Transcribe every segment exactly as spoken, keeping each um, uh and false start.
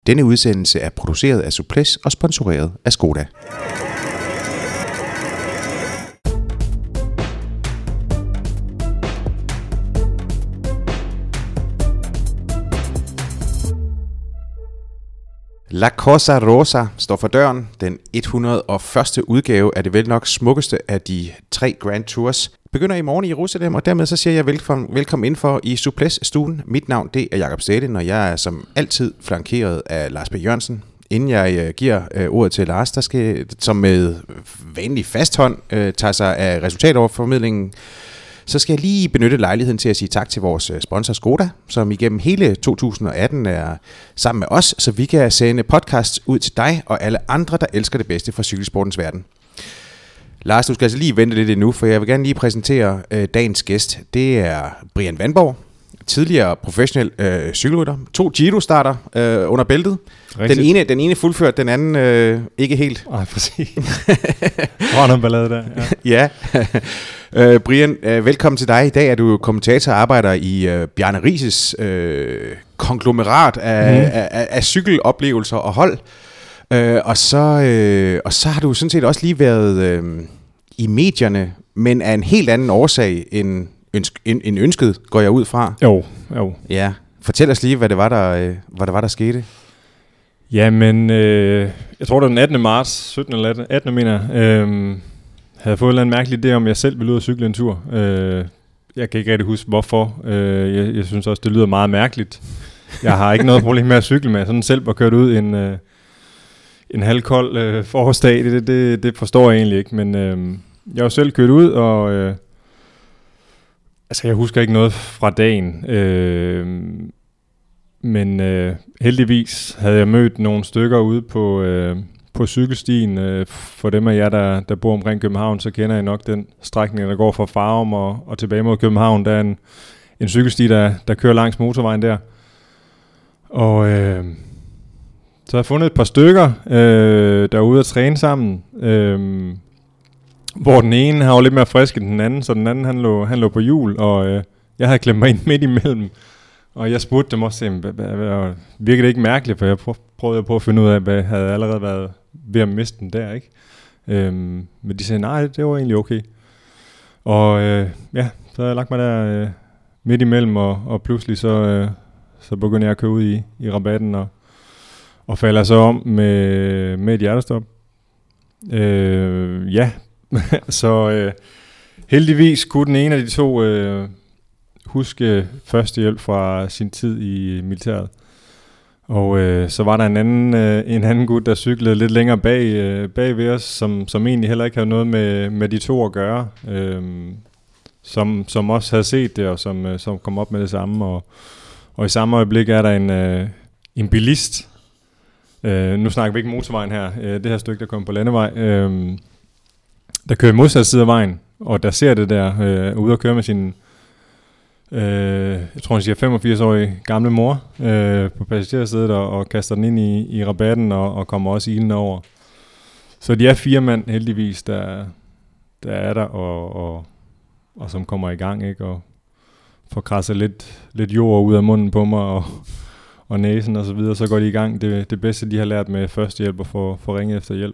Denne udsendelse er produceret af Suples og sponsoreret af Skoda. La Cosa Rosa står for døren. Den et hundrede og første udgave af det vel nok smukkeste af de tre Grand Tours begynder i morgen i Jerusalem, og dermed så siger jeg velkommen, velkommen indenfor i Suples-stuen. Mit navn det er Jakob Stedin, og jeg er som altid flankeret af Lars B. Jørgensen. Inden jeg uh, giver uh, ordet til Lars, der skal, som med vanlig fast hånd uh, tager sig af resultatoverformidlingen, så skal jeg lige benytte lejligheden til at sige tak til vores sponsor Skoda, som igennem hele to tusind og atten er sammen med os, så vi kan sende podcasts ud til dig og alle andre, der elsker det bedste fra cykelsportens verden. Lars, du skal altså lige vente lidt endnu, for jeg vil gerne lige præsentere øh, dagens gæst. Det er Brian Vandborg, tidligere professionel øh, cykelrytter. To Giro-starter øh, under bæltet. Den ene, den ene fuldført, den anden øh, ikke helt. Nej, præcis. Hvor er noget ballade der. Ja. ja. uh, Brian, uh, velkommen til dig. I dag er du kommentator og arbejder i uh, Bjarne Rises uh, konglomerat af, mm. af, af, af cykeloplevelser og hold. Uh, og, så, uh, og så har du sådan set også lige været uh, i medierne, men af en helt anden årsag end, ønsk, end, end ønsket, går jeg ud fra. Jo, jo. Ja. Fortæl os lige, hvad det var, der, uh, hvad det var, der skete. Jamen, øh, jeg tror det var den attende marts, syttende eller attende mener jeg, øh, havde jeg fået en eller anden mærkelig idé om, jeg selv ville ud og cykle en tur. Øh, jeg kan ikke rigtig huske, hvorfor. Øh, jeg, jeg synes også, det lyder meget mærkeligt. Jeg har ikke noget problem med at cykle med. Sådan selv at køre ud en, øh, en halvkold øh, forårsdag, det, det, det forstår jeg egentlig ikke. Men øh, jeg har selv kørt ud, og øh, altså, jeg husker ikke noget fra dagen. Øh, Men øh, heldigvis havde jeg mødt nogle stykker ude på, øh, på cykelstien. Øh, for dem af jer, der, der bor omkring København, så kender I nok den strækning, der går fra Farum og, og tilbage mod København. Der er en, en cykelsti, der, der kører langs motorvejen der. Og øh, så har jeg fundet et par stykker, øh, der er ude at træne sammen. Øh, hvor den ene har jo lidt mere frisk end den anden, så den anden han lå, han lå på hjul, og øh, jeg havde klemt mig ind midt imellem. Og jeg spurgte dem også, virkede det ikke mærkeligt, for jeg prøvede på at finde ud af, hvad jeg havde allerede været ved at miste den der, ikke? Øhm, men de sagde, nej, det var egentlig okay. Og øh, ja, så havde jeg lagt mig der øh, midt imellem, og, og pludselig så, øh, så begyndte jeg at køre ud i, i rabatten, og, og falder så om med, med et hjertestop. Øh, ja, så øh, heldigvis kunne den ene af de to... Øh, huske førstehjælp fra sin tid i militæret. Og øh, så var der en anden, øh, en anden gut, der cyklede lidt længere bag, øh, bag ved os, som, som egentlig heller ikke havde noget med, med de to at gøre. Øh, som, som også havde set det, og som, øh, som kom op med det samme. Og, og i samme øjeblik er der en, øh, en bilist. Øh, nu snakker vi ikke motorvejen her. Øh, det her stykke, der kommer på landevej. Øh, der kører i modsat side af vejen, og der ser det der øh, ude og køre med sin... Uh, jeg tror, han siger femogfirs-årig gamle mor uh, på passagersædet og, og kaster den ind i, i rabatten og, og kommer også ilende over. Så de er fire mand heldigvis, der, der er der og, og, og som kommer i gang, ikke? Og får krasset lidt, lidt jord ud af munden på mig og, og næsen og så videre. Så går de i gang. Det, det bedste, de har lært med førstehjælp og få, få ringet efter hjælp.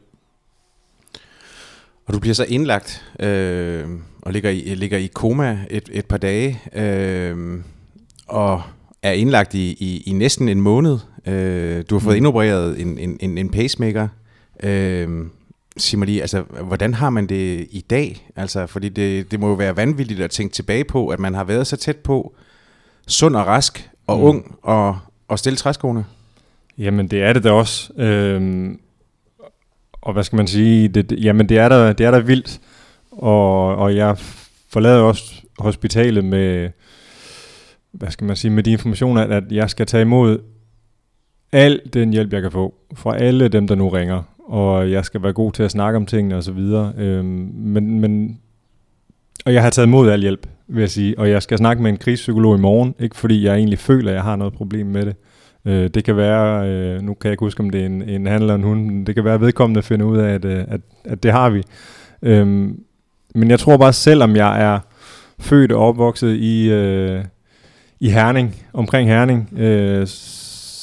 Og du bliver så indlagt øh, og ligger i, ligger i koma et, et par dage, øh, og er indlagt i, i, i næsten en måned. Øh, du har fået mm. indopereret en, en, en, en pacemaker. Øh, sig mig lige, altså, hvordan har man det i dag? Altså, fordi det, det må jo være vanvittigt at tænke tilbage på, at man har været så tæt på, sund og rask og mm. ung og, og stille træskoene. Jamen, det er det da også. Øh, Og hvad skal man sige? Det, det, jamen det er der, det er der vildt, og og jeg forlader også hospitalet med, hvad skal man sige, med de informationer, at jeg skal tage imod al den hjælp jeg kan få fra alle dem der nu ringer, og jeg skal være god til at snakke om tingene og så videre. Øhm, men men og jeg har taget imod al hjælp, vil jeg sige, og jeg skal snakke med en krigspsykolog i morgen, ikke fordi jeg egentlig føler at jeg har noget problem med det. Øh, det kan være, øh, nu kan jeg ikke huske, om det er en, en han eller en hund, det kan være vedkommende at finde ud af, at, at, at det har vi. Øhm, men jeg tror bare, selvom jeg er født og opvokset i, øh, i Herning, omkring Herning, øh,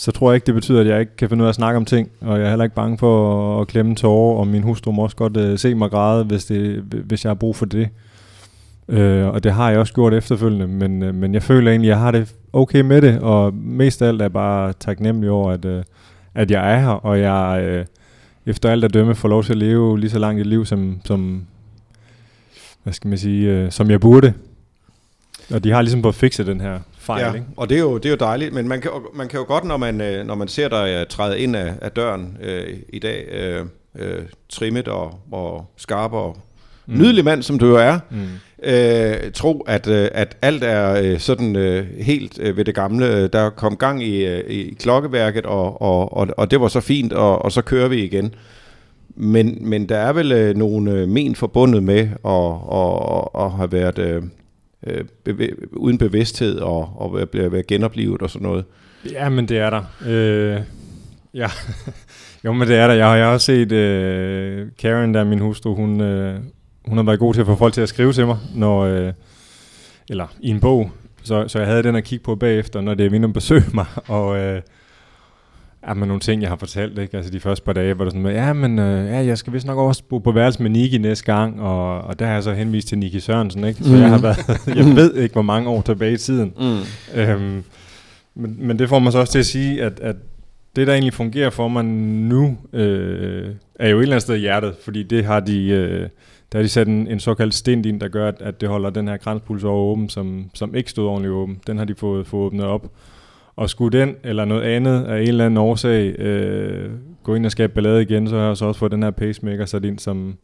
så tror jeg ikke, det betyder, at jeg ikke kan finde ud af at snakke om ting, og jeg er heller ikke bange for at, at klemme tårer, og min hustru må også godt uh, se mig græde, hvis, det, hvis jeg har brug for det. Uh, og det har jeg også gjort efterfølgende, men, uh, men jeg føler egentlig, at jeg har det okay med det, og mest af alt er jeg bare taknemmelig over, at, uh, at jeg er her, og jeg uh, efter alt at dømme får lov til at leve lige så langt et liv, som, som, hvad skal man sige, uh, som jeg burde. Og de har ligesom på at fikse den her fejl, ja, ikke? Og det er jo det er jo dejligt, men man kan man kan jo godt, når man når man ser dig træde ind af, af døren øh, i dag, øh, øh, trimmet og, og skarp og mm. nydelig mand som du jo er, mm. øh, tro at øh, at alt er øh, sådan øh, helt øh, ved det gamle. Der kom gang i, øh, i klokkeværket, og, og og og det var så fint, og, og så kører vi igen. Men men der er vel øh, nogle øh, men forbundet med at og, og have været øh, Bev- uden bevidsthed og, og være, være genoplivet og sådan noget. Ja, men det er der. Øh, ja. jo, men det er der. Jeg har, jeg har også set øh, Karen, der min hustru, hun, øh, hun har været god til at få folk til at skrive til mig, når, øh, eller i en bog, så, så jeg havde den at kigge på bagefter, når det er vinde og besøge mig, og øh, ja, men nogle ting, jeg har fortalt, ikke? Altså de første par dage, var der sådan med, ja, men øh, ja, jeg skal vist nok også bo på værelse med Niki næste gang, og, og der har jeg så henvist til Niki Sørensen, ikke? Så mm. jeg har været, jeg ved ikke, hvor mange år tilbage i tiden. Mm. Øhm, men, men det får mig så også til at sige, at, at det, der egentlig fungerer for mig nu, øh, er jo et eller andet sted i hjertet, fordi det har de, øh, der har de sat en, en såkaldt stint ind, der gør, at, at det holder den her kranspuls over åben, som, som ikke stod ordentligt åben. Den har de fået, fået åbnet op. Og skulle den eller noget andet af en eller anden årsag øh, gå ind og skabe ballade igen, så har jeg så også fået den her pacemaker sat ind, som,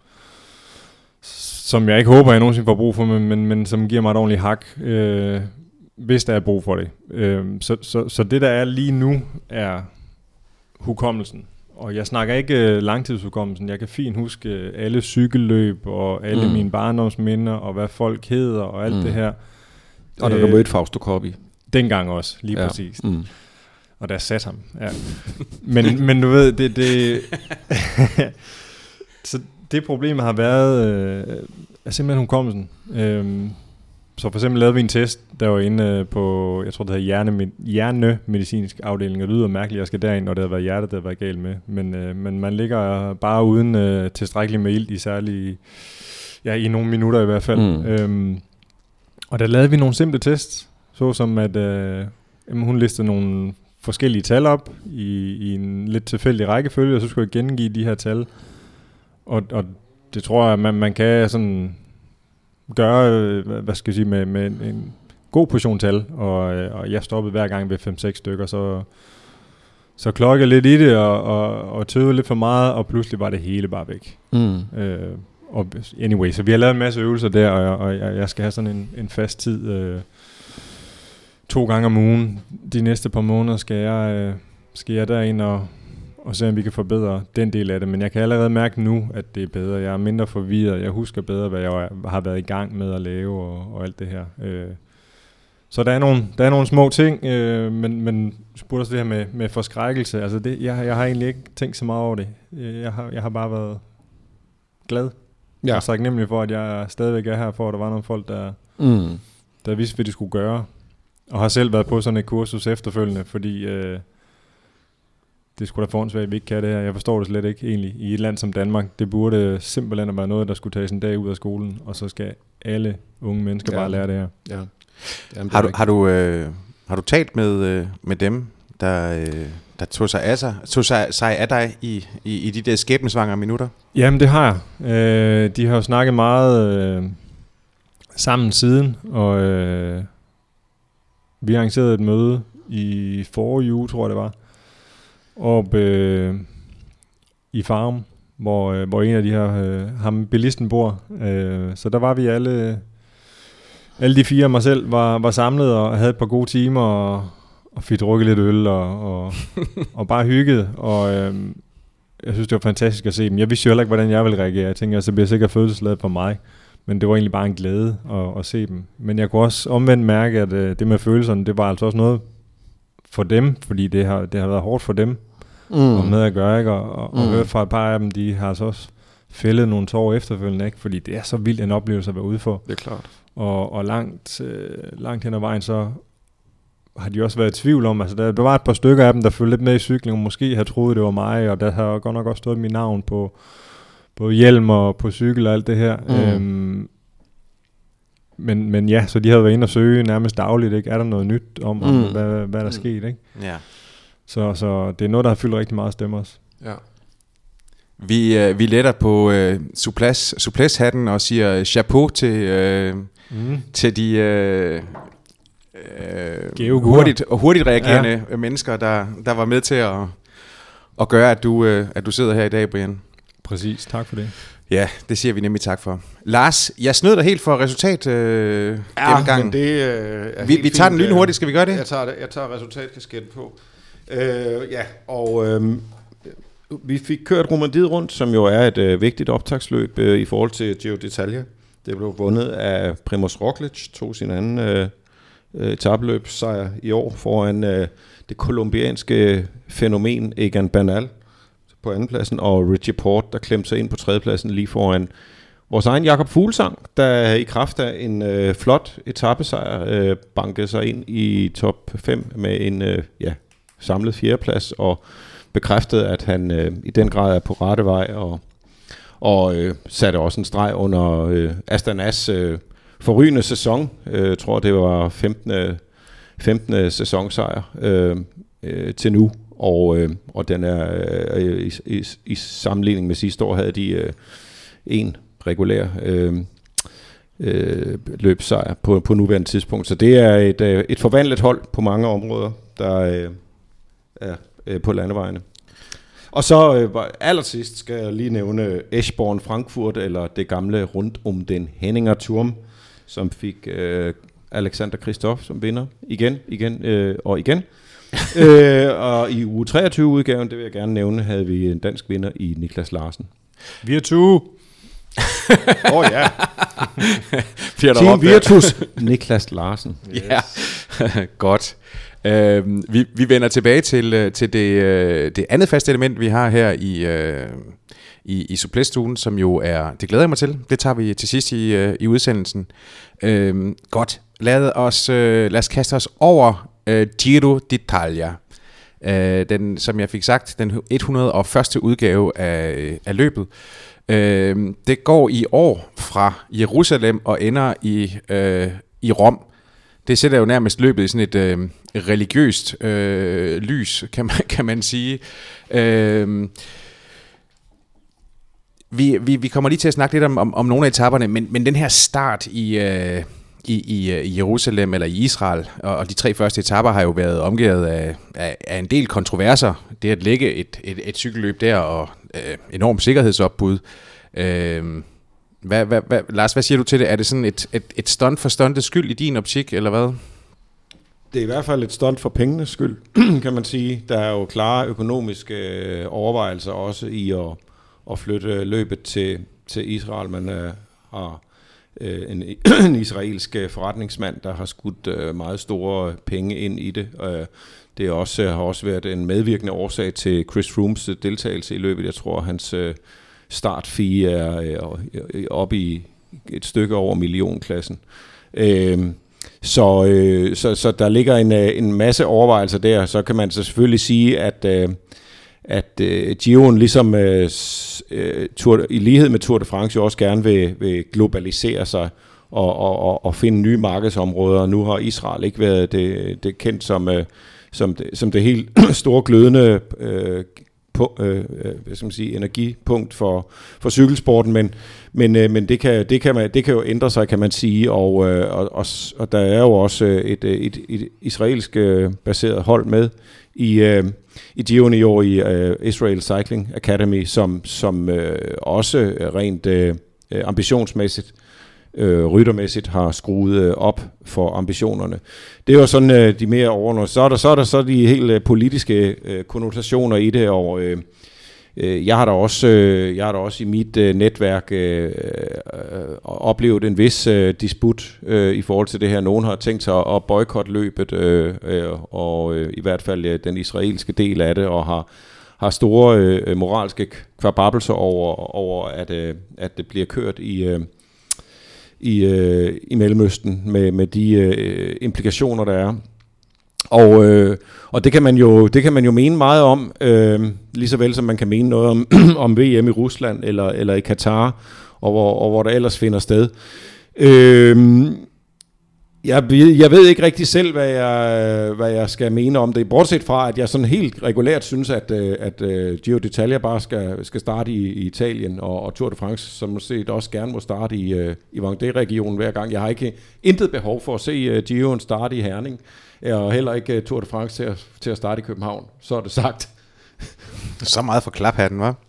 som jeg ikke håber, jeg nogensinde får brug for, men, men, men som giver mig et ordentligt hak, øh, hvis der er brug for det. Øh, så, så, så det, der er lige nu, er hukommelsen. Og jeg snakker ikke øh, langtidshukommelsen. Jeg kan fint huske øh, alle cykelløb og alle mm. mine barndomsminder og hvad folk hedder og alt mm. det her. Og der du mødte Fausto Coppi. Dengang også, lige ja. præcis. Mm. Og der satte ham. Ja. Men, men du ved, det... det så det problem har været øh, er simpelthen hukommelsen. Øhm, så for eksempel lavede vi en test, der var inde på, jeg tror det hedder hjerne, hjernemedicinsk afdeling, og det lyder mærkeligt, at jeg skal derind, når det har været hjertet, der har været galt med. Men, øh, men man ligger bare uden øh, tilstrækkeligt med ilt i særlige, ja i nogle minutter i hvert fald. Mm. Øhm, og der lavede vi nogle simple tests, så som at øh, hun listede nogle forskellige tal op i, i en lidt tilfældig rækkefølge, og så skulle jeg gengive de her tal. Og, og det tror jeg, man, man kan sådan gøre, hvad skal jeg sige, med, med en, en god portion tal, og, og jeg stoppede hver gang ved fem seks stykker, så, så klokkede lidt i det, og, og, og tøvede lidt for meget, og pludselig var det hele bare væk. Mm. Øh, og anyway, så vi har lavet en masse øvelser der, og, og jeg, jeg skal have sådan en, en fast tid, øh, to gange om ugen. De næste par måneder skal jeg, øh, skal jeg derind og, og se, om vi kan forbedre den del af det. Men jeg kan allerede mærke nu, at det er bedre. Jeg er mindre forvirret. Jeg husker bedre, hvad jeg har været i gang med at lave og, og alt det her. Øh. Så der er nogle, der er nogle små ting, øh, men, men spurgte også det her med, med forskrækkelse. Altså det, jeg, jeg har egentlig ikke tænkt så meget over det. Jeg har, jeg har bare været glad. Ja. Og sagt nemlig for, at jeg stadigvæk er her, for at der var nogle folk, der, mm. der vidste, hvad de skulle gøre. Og har selv været på sådan et kursus efterfølgende, fordi øh, det skulle da forhåndsvært, at vi ikke kan det her. Jeg forstår det slet ikke egentlig i et land som Danmark. Det burde simpelthen være noget, der skulle tages en dag ud af skolen, og så skal alle unge mennesker ja. bare lære det her. Ja. Jamen, har, du, har, du, øh, har du talt med, øh, med dem, der, øh, der tog sig af, sig, tog sig, sig af dig i, i, i de der skæbnesvangre minutter? Jamen det har jeg. Øh, de har jo snakket meget øh, sammen siden, og øh, vi arrangerede et møde i forrige uge, tror jeg det var, oppe øh, i Farum, hvor, øh, hvor en af de her, øh, ham bilisten bor. Øh, så der var vi alle, alle de fire, mig selv, var, var samlet og havde et par gode timer, og, og fik drukket lidt øl, og, og, og bare hygget. Og øh, jeg synes, det var fantastisk at se dem. Jeg vidste jo heller ikke, hvordan jeg ville reagere. Jeg tænkte, at så bliver sikkert følelsesladet for mig. Men det var egentlig bare en glæde at, at se dem. Men jeg kunne også omvendt mærke, at øh, det med følelserne, det var altså også noget for dem, fordi det har, det har været hårdt for dem mm. og med at gøre, ikke? Og, og, mm. og høre fra et par af dem, de har altså også fældet nogle tårer efterfølgende, ikke? Fordi det er så vildt en oplevelse at være ude for. Det er klart. Og, og langt, øh, langt hen ad vejen, så har de også været i tvivl om. Altså, der, der var et par stykker af dem, der følte lidt med i cykling, og måske havde troet, det var mig, og der har godt nok også stået mit navn på, på hjelm og på cykel og alt det her. Mm. Øhm, men, men ja, så de havde været inde og søge nærmest dagligt, ikke? Er der noget nyt om, mm. om hvad, hvad der er mm. sket, ikke? Ja. Så, så det er noget, der har fyldt rigtig meget stemme også. Ja. Vi, øh, vi letter på øh, Souplesse-hatten og siger chapeau til, øh, mm. til de øh, øh, hurtigt, og hurtigt reagerende ja. mennesker, der, der var med til at, at gøre, at du, øh, at du sidder her i dag, Brian. Præcis, tak for det. Ja, det siger vi nemlig tak for. Lars, jeg snød dig helt for resultat øh, ja, gennemgangen. Men det øh, er vi, vi tager den lynhurtigt, skal vi gøre det? Jeg tager, det, jeg tager resultatkasketten på. Øh, ja, og øh, vi fik kørt Romandiet rundt, som jo er et øh, vigtigt optagsløb øh, i forhold til Giro d'Italia. Det blev vundet af Primož Roglič, tog sin anden øh, etapeløbssejr i år foran øh, det kolumbianske fænomen Egan Bernal på andenpladsen, og Richie Porte, der klemte sig ind på tredjepladsen lige foran vores egen Jakob Fuglsang, der i kraft af en øh, flot etapesejr øh, bankede sig ind i top fem med en øh, ja, samlet fjerdeplads, og bekræftede, at han øh, i den grad er på rette vej, og, og øh, satte også en streg under øh, Astanas øh, forrygende sæson. Jeg øh, tror, det var femtende femtende sæsonsejr øh, øh, til nu, og, øh, og den er øh, i, i, i sammenligning med sidste år havde de øh, en regulær øh, øh, løbssejr på, på nuværende tidspunkt. Så det er et, øh, et forvandlet hold på mange områder, der øh, er øh, på landevejene. Og så øh, allersidst skal jeg lige nævne Eschborn Frankfurt, eller det gamle rundt om den Henninger Turm, som fik øh, Alexander Kristoff som vinder igen, igen øh, og igen. øh, og i uge treogtyve-udgaven, det vil jeg gerne nævne, havde vi en dansk vinder i Niklas Larsen. Virtu! Åh oh, ja. Team Virtus, Niklas Larsen. Yes. Ja, godt. Uh, vi, vi vender tilbage til, til det, uh, det andet faste element, vi har her i, uh, i, i Souplesse-stuen, som jo er, det glæder jeg mig til, det tager vi til sidst i, uh, i udsendelsen. Uh, godt, lad os, uh, lad os kaste os over uh, Giro d'Italia. Uh, den, som jeg fik sagt, den et hundrede og første udgave af, af løbet. Uh, det går i år fra Jerusalem og ender i, uh, i Rom. Det sætter jo nærmest løbet i sådan et øh, religiøst øh, lys, kan man, kan man sige. Øh, vi, vi, vi kommer lige til at snakke lidt om, om, om nogle af etaperne, men, men den her start i, øh, i, i, i Jerusalem eller i Israel, og, og de tre første etaper har jo været omgivet af, af, af en del kontroverser. Det at lægge et, et, et cykelløb der, og øh, enormt sikkerhedsopbud. Øh, Hvad, hvad, hvad, Lars, hvad siger du til det? Er det sådan et, et, et stunt for stuntets skyld i din optik, eller hvad? Det er i hvert fald et stunt for pengenes skyld, kan man sige. Der er jo klare økonomiske øh, overvejelser også i at, at flytte løbet til, til Israel. Man øh, har øh, en, en israelsk forretningsmand, der har skudt øh, meget store penge ind i det. Øh, det er også, har også været en medvirkende årsag til Chris Froomes deltagelse i løbet. Jeg tror, hans Øh, startfee er oppe i et stykke over millionklassen. Øhm, så, øh, så, så der ligger en, en masse overvejelser der. Så kan man så selvfølgelig sige, at, øh, at øh, Giroen ligesom øh, Tour, i lighed med Tour de France jo også gerne vil, vil globalisere sig og, og, og finde nye markedsområder. Nu har Israel ikke været det, det kendt som, øh, som, det, som det helt store glødende øh, På, øh, hvad skal man sige, energipunkt for, for cykelsporten, men, men, øh, men det, kan, det, kan man, det kan jo ændre sig, kan man sige, og, øh, og, og, og der er jo også et, et, et israelsk øh, baseret hold med i, øh, i Giroen i år i øh, Israel Cycling Academy, som, som øh, også rent øh, ambitionsmæssigt Øh, ryttermæssigt har skruet øh, op for ambitionerne. Det er jo sådan øh, de mere overordnede. Så er der så er der så de helt øh, politiske øh, konnotationer i det, og øh, øh, jeg har da også øh, jeg har da også i mit øh, netværk øh, øh, oplevet en vis øh, disput øh, i forhold til det her. Nogen har tænkt sig at boykotte løbet øh, øh, og øh, i hvert fald øh, den israelske del af det, og har har store øh, moralske kvababelser over over at øh, at det bliver kørt i øh, i, øh, i Mellemøsten med, med de øh, implikationer, der er. Og, øh, og det kan man jo det kan man jo mene meget om, øh, lige så vel som man kan mene noget om, om V M i Rusland eller, eller i Katar, og hvor, og hvor der ellers finder sted. Øh, jeg, jeg ved ikke rigtig selv, hvad jeg, hvad jeg skal mene om det, bortset fra, at jeg sådan helt regulært synes, at, at, at Giro d'Italia bare skal, skal starte i, i Italien, og, og Tour de France, som set også gerne må starte i, i Vendée-regionen hver gang. Jeg har ikke intet behov for at se Giroen starte i Herning, og heller ikke Tour de France til at, til at starte i København. Så er det sagt. Så meget for klaphatten, hva'?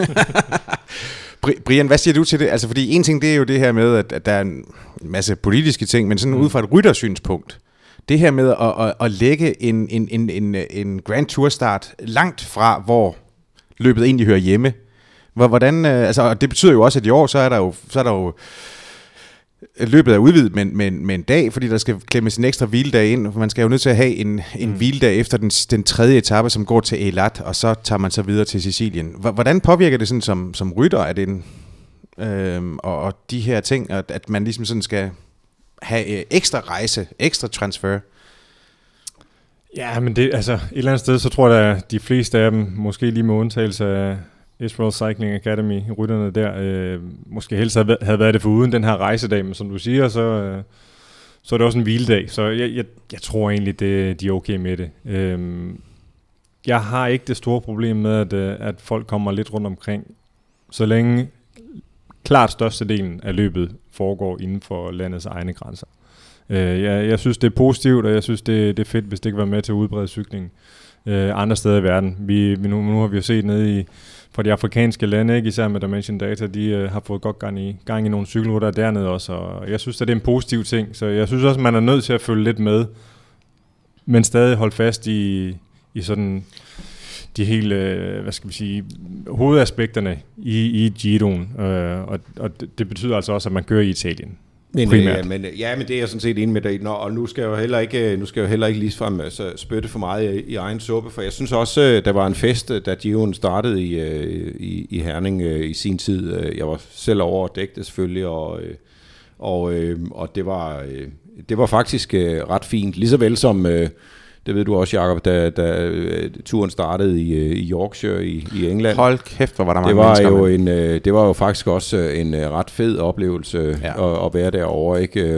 Brian, hvad siger du til det? Altså, fordi en ting, det er jo det her med, at, at der er en masse politiske ting, men sådan mm. ud fra et ryttersynspunkt. Det her med at, at, at lægge en, en, en, en, en Grand Tour start langt fra, hvor løbet egentlig hører hjemme. Hvordan, altså, det betyder jo også, at i år, så er der jo, så er der jo løbet er udvidet med, med, med en dag, fordi der skal klemmes en ekstra hviledag ind. Man skal jo nødt til at have en, en mm. hviledag efter den, den tredje etape, som går til Eilat, og så tager man så videre til Sicilien. Hvordan påvirker det sådan som, som rytter, at den, øhm, og, og de her ting, at, at man ligesom sådan skal have ekstra rejse, ekstra transfer? Ja, men det, altså, et eller andet sted, så tror jeg, at de fleste af dem, måske lige med undtagelse af Israel Cycling Academy, rytterne der, øh, måske helst havde, havde været det for uden den her rejsedag, men som du siger, så, øh, så er det også en hviledag, så jeg, jeg, jeg tror egentlig, det, de er okay med det. Øh, jeg har ikke det store problem med, at, at folk kommer lidt rundt omkring, så længe klart størstedelen af løbet foregår inden for landets egne grænser. Øh, jeg, jeg synes, det er positivt, og jeg synes, det, det er fedt, hvis det kan være med til at udbrede cykling øh, andre steder i verden. Vi, vi nu, nu har vi jo set nede i fra de afrikanske lande, ikke, især med Dimension Data, de øh, har fået godt gang i, gang i nogle cykelruter dernede også, og jeg synes, at det er en positiv ting, så jeg synes også, at man er nødt til at følge lidt med, men stadig holde fast i, i sådan de hele, øh, hvad skal vi sige, hovedaspekterne i, i Giroen, øh, og, og det, det betyder altså også, at man kører i Italien. Men, øh, men, ja, men det er jeg sådan set enig med dig. Nå, og nu skal jeg jo heller ikke, nu skal jeg jo heller ikke ligefrem altså, spytte for meget i, i egen suppe, for jeg synes også, der var en fest, da Giroen startede i, i, i Herning i sin tid. Jeg var selv over og dækte selvfølgelig, og, og, og det, var, det var faktisk ret fint. Lige så vel som, det ved du også, Jacob, da, da turen startede i, i Yorkshire i, i England. Hold kæft, hvor var der mange det var mennesker. Jo en, det var jo faktisk også en ret fed oplevelse, ja, at, at være derovre, ikke?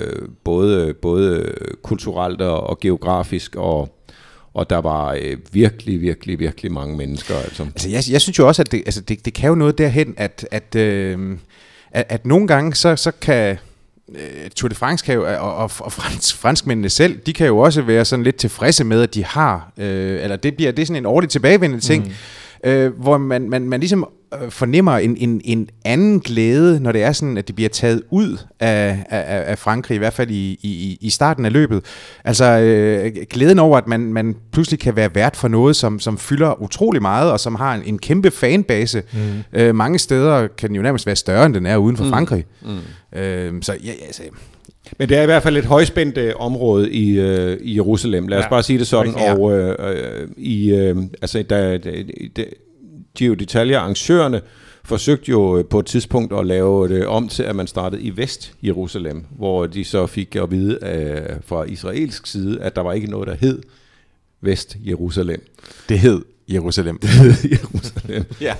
Både, både kulturelt og geografisk, og og der var virkelig, virkelig, virkelig mange mennesker. Altså, altså jeg, jeg synes jo også, at det, altså det, det kan jo noget derhen, at, at, øh, at, at nogle gange, så, så kan Tour de France kan jo, og, og, og fransk, franskmændene selv, de kan jo også være sådan lidt tilfredse med, at de har, øh, eller det bliver det er sådan en årligt tilbagevendende ting, mm. øh, hvor man, man, man ligesom øh, fornemmer en, en, en anden glæde, når det er sådan, at det bliver taget ud af, af, af Frankrig, i hvert fald i, i, i starten af løbet. Altså øh, glæden over, at man, man pludselig kan være vært for noget, som, som fylder utrolig meget, og som har en, en kæmpe fanbase. Mm. Øh, mange steder kan den jo nærmest være større, end den er uden for mm. Frankrig. Mm. Øh, så ja, altså... Men det er i hvert fald et højspændt øh, område i, øh, i Jerusalem. Lad os ja. bare sige det sådan. Ja. Og øh, øh, i øh, altså da, da, da Giro d'Italia arrangørerne forsøgte jo på et tidspunkt at lave det om til, at man startede i Vest-Jerusalem, hvor de så fik at vide øh, fra israelsk side, at der var ikke noget, der hed Vest-Jerusalem. Det hed Jerusalem. Det hed Jerusalem. Ja.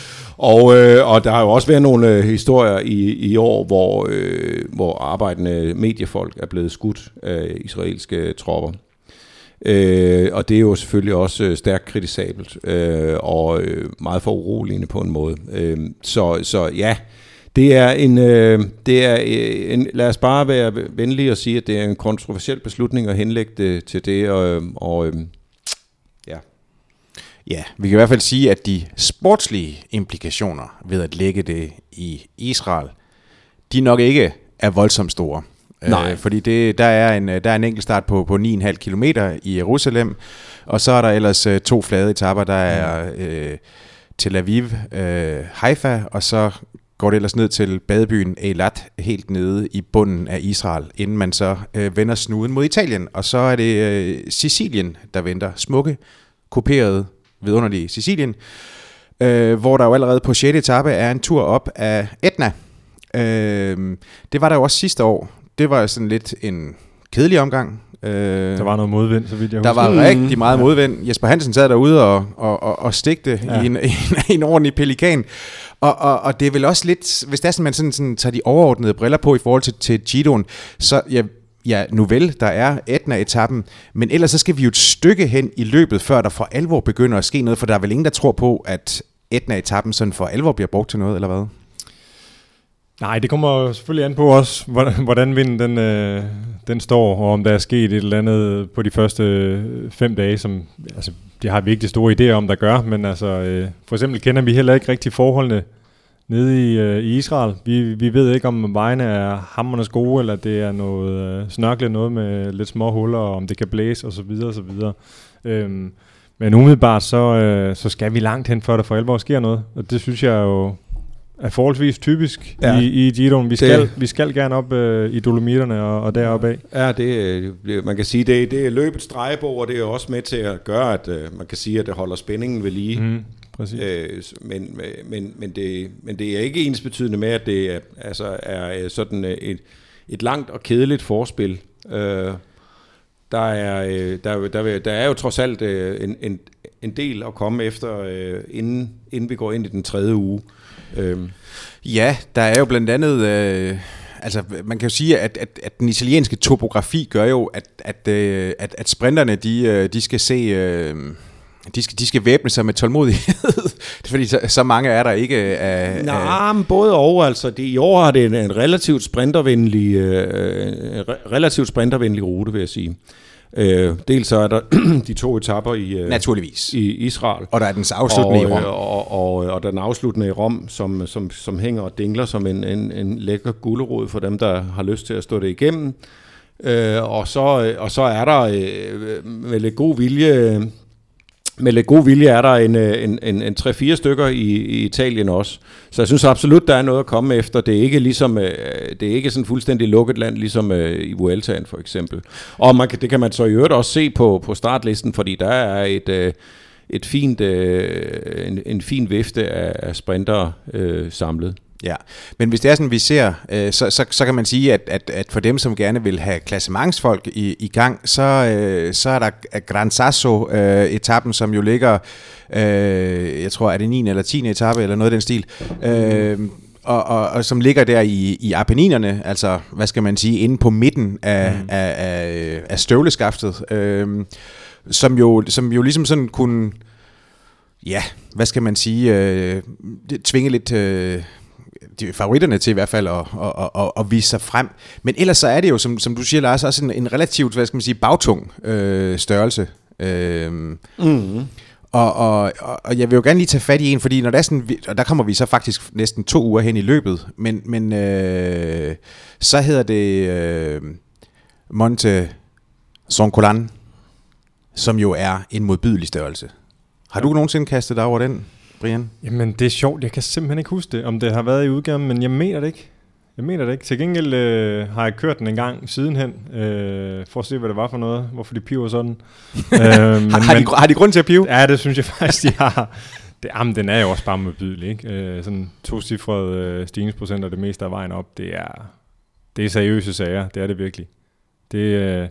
Og, øh, og der har jo også været nogle øh, historier i, i år, hvor, øh, hvor arbejdende mediefolk er blevet skudt af israelske tropper. Øh, og det er jo selvfølgelig også øh, stærkt kritisabelt øh, og øh, meget for uroligende på en måde. Øh, så, så ja, det er en, øh, det er en, lad os bare være venlige og sige, at det er en kontroversiel beslutning at henlægge det til det, og, og øh, ja. Ja, vi kan i hvert fald sige, at de sportslige implikationer ved at lægge det i Israel, de nok ikke er voldsomt store. Nej. Øh, fordi det, der, er en, der er en enkelt start på, på ni komma fem kilometer i Jerusalem, og så er der ellers øh, to flade etaper, der er øh, Tel Aviv, øh, Haifa, og så går det ellers ned til badebyen Eilat, helt nede i bunden af Israel, inden man så øh, vender snuden mod Italien, og så er det øh, Sicilien, der venter. Smukke, kuperede, vidunderlige Sicilien, øh, hvor der jo allerede på sjette etape er en tur op af Etna. Øh, det var der jo også sidste år. Det var sådan lidt en kedelig omgang. Øh, der var noget modvind, så vidt jeg der husker. Der var rigtig meget ja. modvind. Jesper Hansen sad derude og, og, og, og stegte ja. i en, en, en ordentlig pelikan. Og, og, og det er vel også lidt, hvis det er sådan, man sådan, sådan, tager de overordnede briller på i forhold til, til Giroen, så ja, ja, nu vel, der er Etna-etappen, men ellers så skal vi jo et stykke hen i løbet, før der for alvor begynder at ske noget, for der er vel ingen, der tror på, at Etna-etappen sådan for alvor bliver brugt til noget, eller hvad? Nej, det kommer selvfølgelig an på også, hvordan vinden den, øh, den står, og om der er sket et eller andet på de første fem dage, som altså, de har virkelig store idéer om, der gør, men altså, øh, for eksempel kender vi heller ikke rigtig forholdene nede i, øh, i Israel. Vi, vi ved ikke, om vejene er hammernes gode, eller det er noget øh, snørklet noget med lidt små huller, og om det kan blæse, og så videre, og så videre. Øhm, men umiddelbart, så, øh, så skal vi langt hen, før der for alvor sker noget, og det synes jeg jo er forholdsvis typisk ja. i, i Giroen. Vi skal, vi skal gerne op øh, i Dolomitterne og, og deroppe af. Ja, det, man kan sige, det, det er løbets drejebog, og det er også med til at gøre, at uh, man kan sige, at det holder spændingen ved lige. Mm, præcis. Øh, men, men, men, det, men det er ikke ensbetydende med, at det er, altså er sådan et, et langt og kedeligt forspil. Øh, der, er, der, der, der er jo trods alt en, en, en del at komme efter, øh, inden, inden vi går ind i den tredje uge. Øhm. Ja, der er jo blandt andet, øh, altså man kan jo sige, at, at, at den italienske topografi gør jo, at, at, øh, at, at sprinterne, de, de skal se, øh, de skal, de skal væbne sig med tålmodighed, fordi så, så mange er der ikke af... Nej, men både og, altså det, i år har det en, en relativt sprintervenlig, øh, relativt sprintervenlig rute, vil jeg sige. Øh, dels så er der de to etapper i, øh, naturligvis i Israel. Og der er den afsluttende og, i Rom. Og, og, og, og den afsluttende i Rom, som, som, som hænger og dingler som en, en, en lækker gulerod for dem, der har lyst til at stå det igennem. Øh, og, så, og så er der øh, med lidt god vilje... Med lidt god vilje er der en, en, en, en tre-fire stykker i, i Italien også. Så jeg synes absolut, der er noget at komme efter. Det er ikke ligesom, det er ikke sådan fuldstændig lukket land, ligesom i Vueltaen for eksempel. Og man kan, det kan man så i øvrigt også se på, på startlisten, fordi der er et, et fint, en, en fin vifte af sprintere øh, samlet. Ja, men hvis det er sådan, vi ser, øh, så, så, så kan man sige, at, at, at for dem, som gerne vil have klassementsfolk i, i gang, så, øh, så er der Gran Sasso-etappen, øh, som jo ligger, øh, jeg tror, er det niende eller tiende etape, eller noget af den stil, øh, og, og, og som ligger der i, i Apenninerne, altså, hvad skal man sige, inde på midten af, mm. af, af, af støvleskaftet, øh, som, jo, som jo ligesom sådan kunne, ja, hvad skal man sige, øh, tvinge lidt... Øh, de favoritterne til i hvert fald at, at, at, at vise sig frem. Men ellers så er det jo, som, som du siger, Lars, også en, en relativt, hvad skal man sige, bagtung øh, størrelse. Øh, mm-hmm. og, og, og jeg vil jo gerne lige tage fat i en, fordi når der er sådan, og der kommer vi så faktisk næsten to uger hen i løbet, men, men øh, så hedder det øh, Monte San Colan, som jo er en modbydelig størrelse. Har du nogensinde kastet dig over den, Brian? Jamen, det er sjovt. Jeg kan simpelthen ikke huske det, om det har været i udgaven, men jeg mener det ikke. Jeg mener det ikke. Til gengæld øh, har jeg kørt den en gang sidenhen, øh, for at se, hvad det var for noget, hvorfor de piver sådan. øh, men, har, har, de, har de grund til at pive? Ja, det synes jeg faktisk, de har. Det, jamen, den er jo også bare modbydelig, ikke? Øh, sådan to-cifrede øh, stigningsprocenter, det meste af vejen op, det er, det er seriøse sager. Det er det virkelig. Det, øh,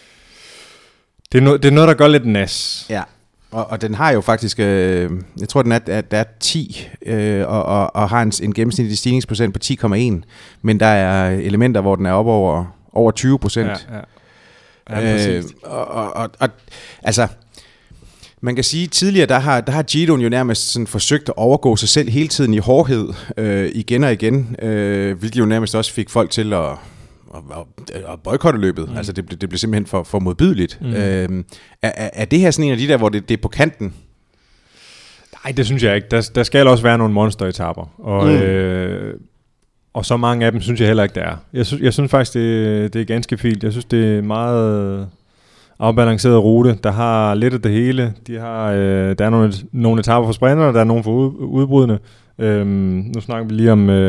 det, er, no, det er noget, der gør lidt nas. Ja. Og, og den har jo faktisk, øh, jeg tror den er, at der er ti, øh, og, og, og har en, en gennemsnitlig stigningsprocent på ti komma en, men der er elementer, hvor den er op over, over tyve procent. Ja, ja. Ja, øh, og, og, og, og altså, man kan sige, tidligere, der har, der har Giroen jo nærmest sådan forsøgt at overgå sig selv hele tiden i hårdhed, øh, igen og igen, øh, hvilket jo nærmest også fik folk til at... og, og, og boykotte løbet. Mm. Altså det, det blev simpelthen for, for modbydeligt. Mm. Øhm, er, er det her sådan en af de der, hvor det, det er på kanten? Nej, det synes jeg ikke. Der, der skal også være nogle monster-etapper. Og, mm. øh, og så mange af dem synes jeg heller ikke, der er. Jeg synes, jeg synes faktisk, det, det er ganske fint. Jeg synes, det er meget afbalanceret rute. Der har lidt af det hele. De har, øh, der er nogle, nogle etapper for sprinterne, der er nogle for ud, udbrydende. Øhm, nu snakker vi lige om... Øh,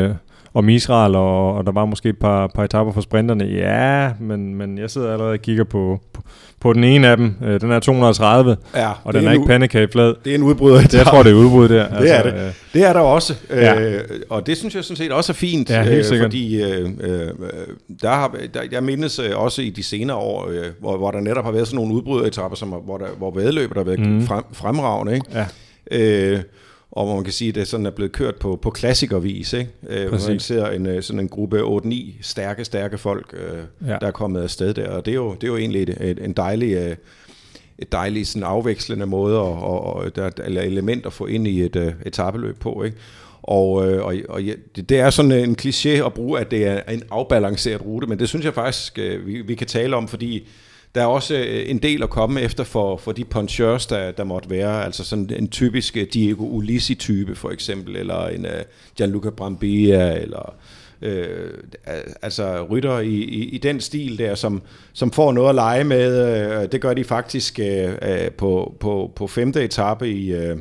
om Israel, og, og der var måske et par, par etapper for sprinterne. Ja, men, men jeg sidder allerede og kigger på, på, på den ene af dem. Øh, den er to hundrede og tredive, ja, og den er, er ikke pandekageflad. Det er en udbryder. Jeg tror, det er udbrud der. Det altså, er det. Øh, det er der også. Ja. Øh, og det synes jeg sådan set også er fint. Ja, helt sikkert. Øh, fordi øh, øh, der har, der, jeg mindes øh, også i de senere år, øh, hvor, hvor der netop har været sådan nogle udbryderetapper, som, hvor, der, hvor væddeløbet har været mm. frem, fremragende. Ikke? Ja. Øh, og hvor man kan sige, at det sådan er blevet kørt på, på klassikervis, ikke? Øh, hvor man ser en, sådan en gruppe otte ni stærke, stærke folk, øh, ja. der er kommet afsted der. Og det er jo, det er jo egentlig et, et, en dejlig, øh, et dejligt sådan afvekslende måde, og, og, og der, eller element at få ind i et øh, etapeløb på, ikke? Og, øh, og, og ja, det, det er sådan en kliché at bruge, at det er en afbalanceret rute, men det synes jeg faktisk, øh, vi, vi kan tale om, fordi der er også en del at komme efter for, for de punchers, der, der måtte være. Altså sådan en typisk Diego Ulissi-type for eksempel, eller en uh, Gianluca Brambilla, eller øh, altså rytter i, i, i den stil der, som, som får noget at lege med. Det gør de faktisk øh, på, på, på femte etape i, øh,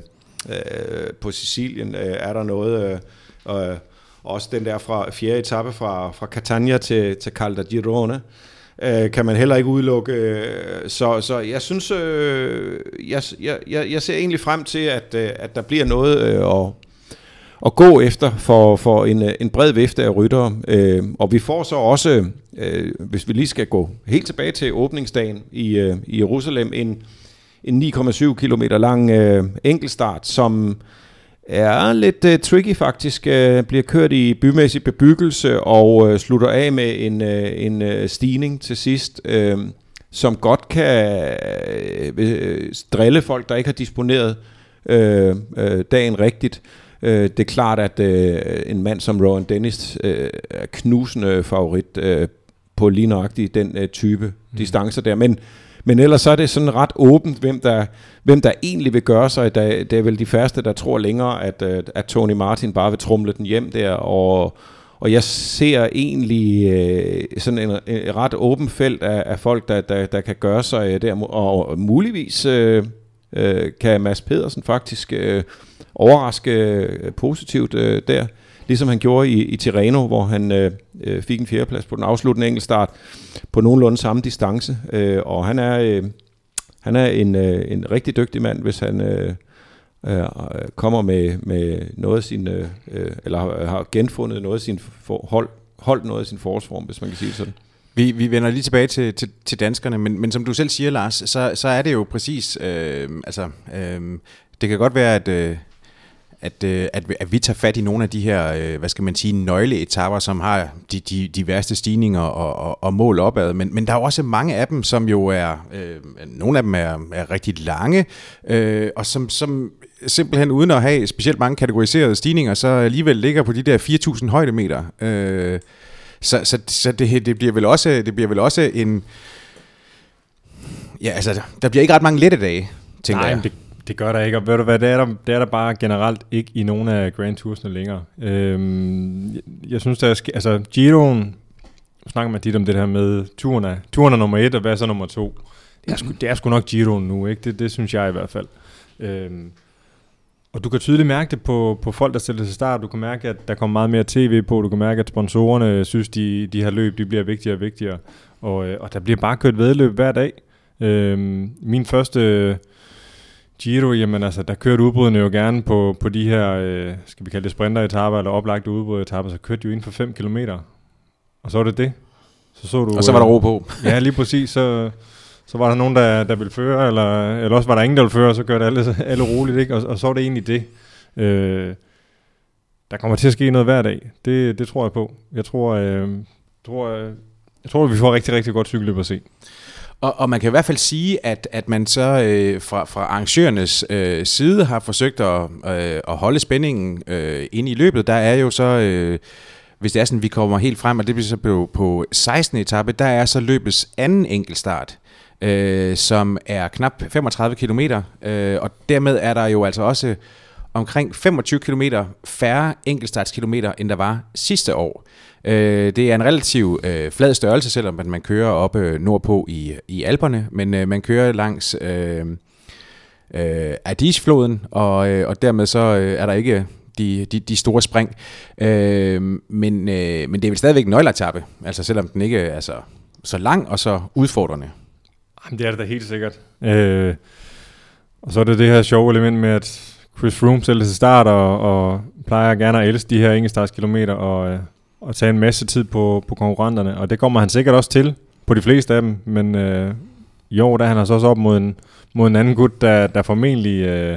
på Sicilien. Øh, er der noget... Øh, også den der fra fjerde etape fra, fra Catania til, til Caltagirone. Kan man heller ikke udelukke. Så, så jeg synes, øh, jeg, jeg, jeg ser egentlig frem til, at, at der bliver noget øh, at, at gå efter for, for en, en bred vifte af ryttere. Øh, og vi får så også, øh, hvis vi lige skal gå helt tilbage til åbningsdagen i, øh, i Jerusalem, en, en ni komma syv kilometer lang øh, enkeltstart, som er lidt uh, tricky faktisk, uh, bliver kørt i bymæssig bebyggelse og uh, slutter af med en, uh, en uh, stigning til sidst, uh, som godt kan uh, drille folk, der ikke har disponeret uh, uh, dagen rigtigt. Uh, det er klart, at uh, en mand som Rowan Dennis uh, er knusende favorit uh, på lige nøjagtigt den uh, type mm. distancer der, men Men ellers så er det sådan ret åbent, hvem der, hvem der egentlig vil gøre sig. Det er vel de færreste, der tror længere, at, at Tony Martin bare vil trumle den hjem der. Og, og jeg ser egentlig øh, sådan en, en ret åben felt af, af folk, der, der, der kan gøre sig der. Og muligvis øh, øh, kan Mads Pedersen faktisk øh, overraske øh, positivt øh, der. Ligesom han gjorde i, i Tirreno, hvor han øh, fik en fjerdeplads på den afsluttende enkeltstart på nogenlunde samme distance. Øh, og han er, øh, han er en, øh, en rigtig dygtig mand, hvis han øh, øh, kommer med, med noget af sin, øh, eller har, har genfundet noget af sin for, hold, holdt noget af sin forårsform, hvis man kan sige sådan. Vi, vi vender lige tilbage til, til, til danskerne, men, men som du selv siger, Lars, så, så er det jo præcis, øh, altså, øh, det kan godt være, at... Øh, At, at, at vi tager fat i nogle af de her, hvad skal man sige, nøgleetapper, som har de, de, de værste stigninger og, og, og mål opad. Men, men der er også mange af dem, som jo er, øh, nogle af dem er, er rigtig lange, øh, og som, som simpelthen uden at have specielt mange kategoriserede stigninger, så alligevel ligger på de der fire tusind højdemeter. Øh, så så, så det, det, bliver vel også, det bliver vel også en... Ja, altså, der bliver ikke ret mange lette dage, tænker Nej, jeg. Det Det gør der ikke, og ved du hvad, det er der, det er der bare generelt ikke i nogle af Grand Tours'ene længere. Øhm, jeg, jeg synes, der er, altså Giroen, snakker man tit om det her med turen er, turen er nummer et, og hvad er så nummer to? Det er sgu, det er sgu nok Giroen nu, ikke? Det, det synes jeg i hvert fald. Øhm, og du kan tydeligt mærke det på, på folk, der stiller til start. Du kan mærke, at der kommer meget mere tv på. Du kan mærke, at sponsorerne synes, de, de her løb de bliver vigtigere og vigtigere. Og, og der bliver bare kørt væddeløb hver dag. Øhm, min første... Giro, jamen altså, der kørte udbryderne jo gerne på, på de her, øh, skal vi kalde det sprinteretapper, eller oplagte udbryderetapper, så kørte de jo inden for fem kilometer. Og så var det det. Så så du, og så var der ro på. Ja, lige præcis. Så, så var der nogen, der, der ville føre, eller, eller også var der ingen, der ville føre, og så kørte alle, alle roligt, ikke? Og, og så var det egentlig det. Øh, der kommer til at ske noget hver dag. Det, det tror jeg på. Jeg tror, øh, tror, øh, jeg tror, at vi får rigtig, rigtig godt cykelløb at se. Og, og man kan i hvert fald sige, at, at man så øh, fra, fra arrangørernes øh, side har forsøgt at, øh, at holde spændingen øh, inde i løbet. Der er jo så, øh, hvis det er sådan, vi kommer helt frem, og det bliver så på, på sekstende etape, der er så løbets anden enkeltstart, øh, som er knap femogtredive kilometer, øh, og dermed er der jo altså også omkring femogtyve kilometer færre enkeltstartskilometer, end der var sidste år. Øh, det er en relativt øh, flad størrelse, selvom man kører op øh, nordpå i, i Alperne, men øh, man kører langs øh, øh, Adige-floden, og, øh, og dermed så øh, er der ikke de, de, de store spring. Øh, men, øh, men det er vel stadigvæk en nøgleetape, altså selvom den ikke er altså, så lang og så udfordrende. Jamen, det er det da helt sikkert. Øh, og så er det det her sjove element med, at Chris Froome selv til start, og, og plejer gerne at elske de her enkeltstartskilometer, og, og tage en masse tid på, på konkurrenterne, og det kommer han sikkert også til, på de fleste af dem, men øh, i år, der er han altså også op mod en, mod en anden gut, der, der formentlig øh,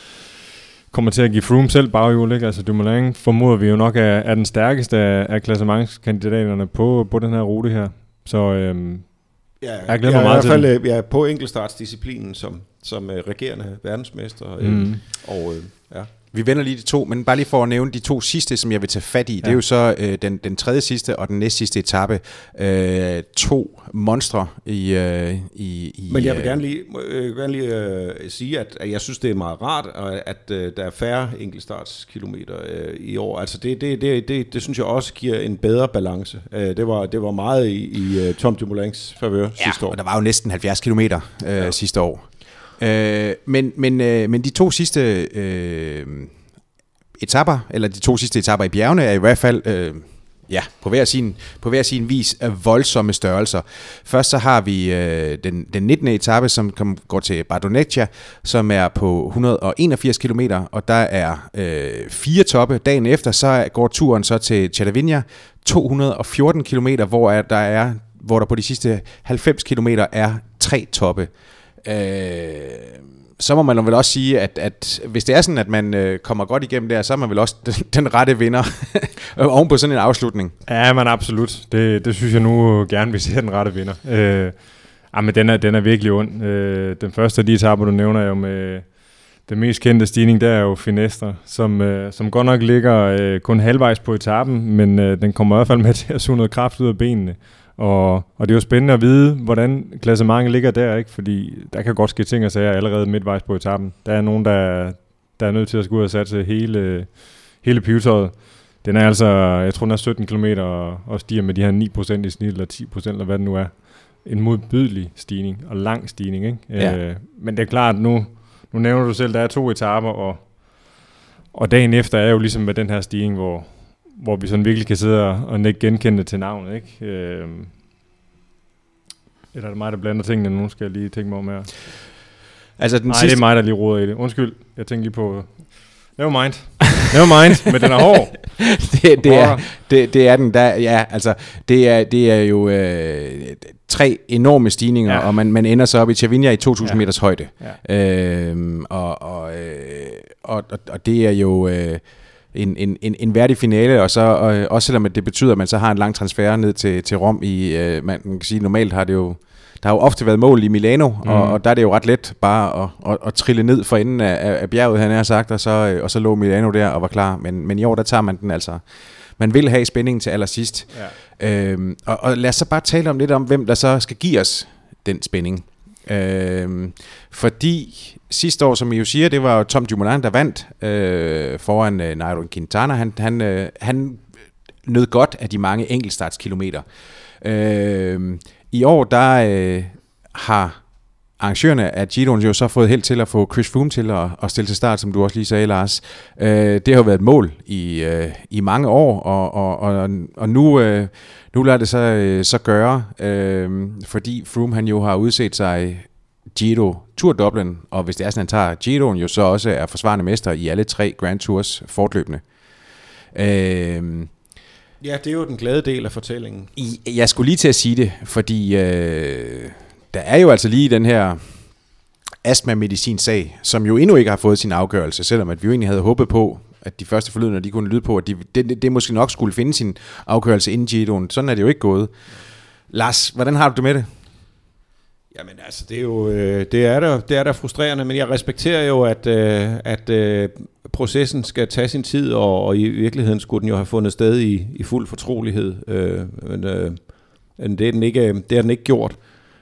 kommer til at give Froome selv baghjul, ikke? Altså Dumoulin formoder vi jo nok er, er den stærkeste af, af klassementskandidaterne på, på den her rute her, så øh, ja, jeg glæder mig meget til i hvert fald ja, på enkeltstartsdisciplinen som, som uh, regerende verdensmester, mm. øh, og øh, ja. Vi vender lige de to, men bare lige for at nævne de to sidste, som jeg vil tage fat i. Ja. Det er jo så øh, den, den tredje sidste og den næst sidste etape. Øh, to monstre i, øh, i, i... Men jeg vil gerne lige, øh, gerne lige øh, sige, at, at jeg synes, det er meget rart, at øh, der er færre enkeltstartskilometer øh, i år. Altså det, det, det, det, det synes jeg også giver en bedre balance. Øh, det, var, det var meget i, i uh, Tom Dumoulins favør ja, sidste år. Og der var jo næsten halvfjerds kilometer øh, ja. sidste år. Øh, men, men, øh, men de to sidste øh, etapper, eller de to sidste etapper i bjergene, er i hvert fald øh, ja, på hver sin, på hver sin vis af voldsomme størrelser. Først så har vi øh, den, den nittende etape, som kom, går til Bardonecchia, som er på et hundrede og enogfirs kilometer, og der er øh, fire toppe. Dagen efter så går turen så til Cerdavinia, to hundrede og fjorten kilometer, hvor er, der er, hvor der på de sidste halvfems kilometer er tre toppe. Øh, så må man vel også sige, at, at hvis det er sådan, at man øh, kommer godt igennem der, så er man vel også den, den rette vinder oven på sådan en afslutning. Ja, men absolut. Det, det synes jeg nu gerne, vi ser den rette vinder. Øh, ah, men den er, den er virkelig ond. Øh, den første af de etaper, du nævner, er jo med den mest kendte stigning, der er jo Finestre, som, øh, som godt nok ligger øh, kun halvvejs på etappen, men øh, den kommer i hvert fald med til at suge noget kraft ud af benene. Og, og det er jo spændende at vide, hvordan klassementet ligger der, ikke? Fordi der kan godt ske ting og sager allerede midtvejs på etappen. Der er nogen, der, der er nødt til at skulle ud og satse hele, hele pivetøjet. Den er altså, jeg tror den er sytten kilometer og, og stiger med de her ni procent i snit, eller ti procent, eller hvad det nu er. En modbydelig stigning, og lang stigning, ikke? Ja. Øh, men det er klart, nu, nu nævner du selv, der er to etaper, og, og dagen efter er jo ligesom med den her stigning, hvor hvor vi sådan virkelig kan sidde og, og ikke genkende det til navnet, ikke? Øh, eller er det mig, der blander tingene? Nu skal jeg lige tænke mig om her. Altså den Nej, sidste... det er mig, der lige roder i det. Undskyld, jeg tænkte lige på... Never mind. Never mind, men den er hård. det, det, er, det, det er den der, ja, altså, det er, det er jo øh, tre enorme stigninger, ja. Og man, man ender så op i Cervinia i to tusind ja. meters højde. Ja. Øh, og, og, øh, og, og det er jo... Øh, En, en, en, en værdig finale, og så og, også selvom det betyder, at man så har en lang transfer ned til, til Rom i, øh, man kan sige, normalt har det jo, der har jo ofte været mål i Milano, mm. og, og der er det jo ret let bare at, at, at trille ned for enden af, af bjerget, han har sagt, og så, og så lå Milano der og var klar, men, men i år, der tager man den altså, man vil have spændingen til allersidst. Ja. Øhm, og, og lad os så bare tale om lidt om, hvem der så skal give os den spænding. Øhm, fordi sidste år, som I jo siger, det var jo Tom Dumoulin, der vandt øh, foran øh, Nairo Quintana. Han, han, øh, han nød godt af de mange enkeltstartskilometer. Øh, I år, der øh, har arrangørerne af Giroen jo så fået held til at få Chris Froome til at, at stille til start, som du også lige sagde, Lars. Øh, det har jo været et mål i, øh, i mange år, og, og, og, og nu... Øh, Nu lader det så, øh, så gøre, øh, fordi Froome han jo har udset sig Giro Tour Dublin, og hvis det er sådan, han tager Giroen, jo så også er forsvarende mester i alle tre Grand Tours fortløbende. Øh, ja, det er jo den glade del af fortællingen. I, jeg skulle lige til at sige det, fordi øh, der er jo altså lige den her astma-medicin-sag, som jo endnu ikke har fået sin afgørelse, selvom at vi jo egentlig havde håbet på, at de første forlydender, de kunne lyde på, at de, det, det, det måske nok skulle finde sin afgørelse inden Giroen. Sådan er det jo ikke gået. Lars, hvordan har du det med det? Jamen altså, det er jo det er der, det er der frustrerende, men jeg respekterer jo, at, at, at processen skal tage sin tid, og, og i virkeligheden skulle den jo have fundet sted i, i fuld fortrolighed. Men, men det er den ikke, det er den ikke gjort.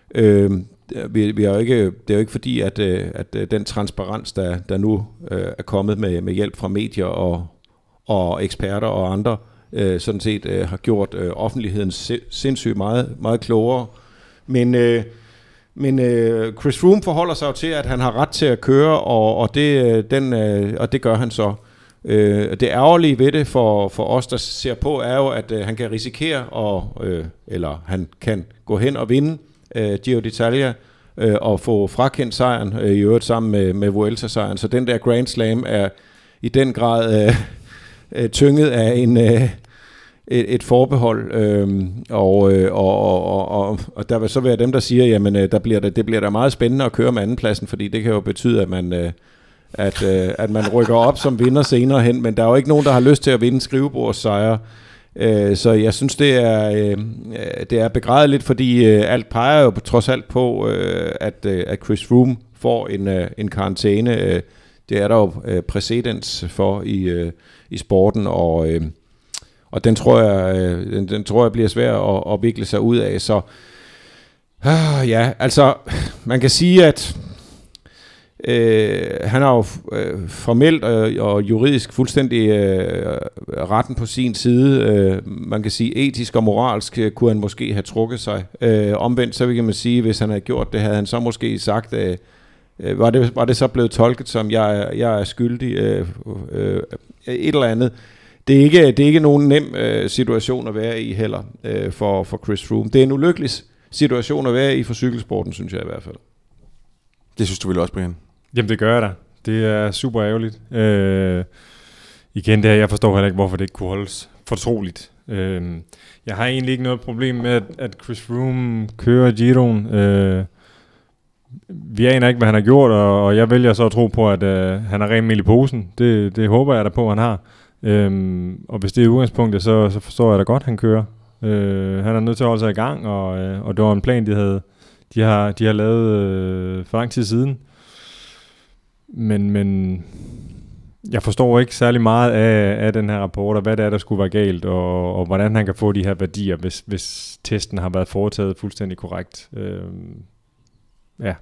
Vi, vi er jo ikke, det er jo ikke fordi, at, at den transparens, der, der nu øh, er kommet med, med hjælp fra medier og, og eksperter og andre, øh, sådan set øh, har gjort øh, offentligheden sindssygt meget, meget klogere. Men, øh, men øh, Chris Froome forholder sig jo til, at han har ret til at køre, og, og, det, den, øh, og det gør han så. Øh, det ærgerlige ved det for, for os, der ser på, er jo, at øh, han kan risikere, og, øh, eller han kan gå hen og vinde øh, Giro d'Italia, øh, og få frakendt sejren, øh, i øvrigt sammen med, med Vuelta-sejren. Så den der Grand Slam er i den grad øh, øh, tynget af en, øh, et, et forbehold. Øh, og, øh, og, og, og, og der vil så være dem, der siger, jamen øh, der bliver det, det bliver da meget spændende at køre med andenpladsen, fordi det kan jo betyde, at man... Øh, At, øh, at man rykker op som vinder senere hen, men der er jo ikke nogen, der har lyst til at vinde skrivebordssejre. Øh, så jeg synes, det er, øh, det er begrædeligt, fordi øh, alt peger jo trods alt på, øh, at, øh, at Chris Froome får en, øh, en karantæne. Øh, det er der jo øh, præcedens for i, øh, i sporten, og, øh, og den, tror jeg, øh, den, den tror jeg bliver svær at, at vikle sig ud af. Så øh, ja, altså man kan sige, at Øh, han har jo øh, formelt og, og juridisk fuldstændig øh, retten på sin side. Øh, man kan sige, etisk og moralsk øh, kunne han måske have trukket sig. Øh, omvendt så kan man sige, hvis han havde gjort det, havde han så måske sagt, øh, øh, var, det, var det så blevet tolket som, jeg, jeg er skyldig, øh, øh, et eller andet. Det er ikke, det er ikke nogen nem øh, situation at være i heller øh, for, for Chris Froome. Det er en ulykkelig situation at være i for cykelsporten, synes jeg i hvert fald. Det synes du vel også, Brian? Jamen det gør jeg da. Det er super ærgerligt. Øh, igen, det her, jeg forstår heller ikke, hvorfor det ikke kunne holdes fortroligt. Øh, jeg har egentlig ikke noget problem med, at, at Chris Froome kører Giroen. Øh, vi aner ikke, hvad han har gjort, og, og jeg vælger så at tro på, at øh, han har rent mel i posen. Det, det håber jeg da på, at han har. Øh, og hvis det er udgangspunktet, så, så forstår jeg da godt, at han kører. Øh, han er nødt til at holde sig i gang, og, øh, og det var en plan, de havde, de har, de har lavet øh, for lang tid siden. Men, men jeg forstår ikke særlig meget af, af den her rapport, og hvad det er, der skulle være galt, og, og hvordan han kan få de her værdier, hvis, hvis testen har været foretaget fuldstændig korrekt. Øh, ja.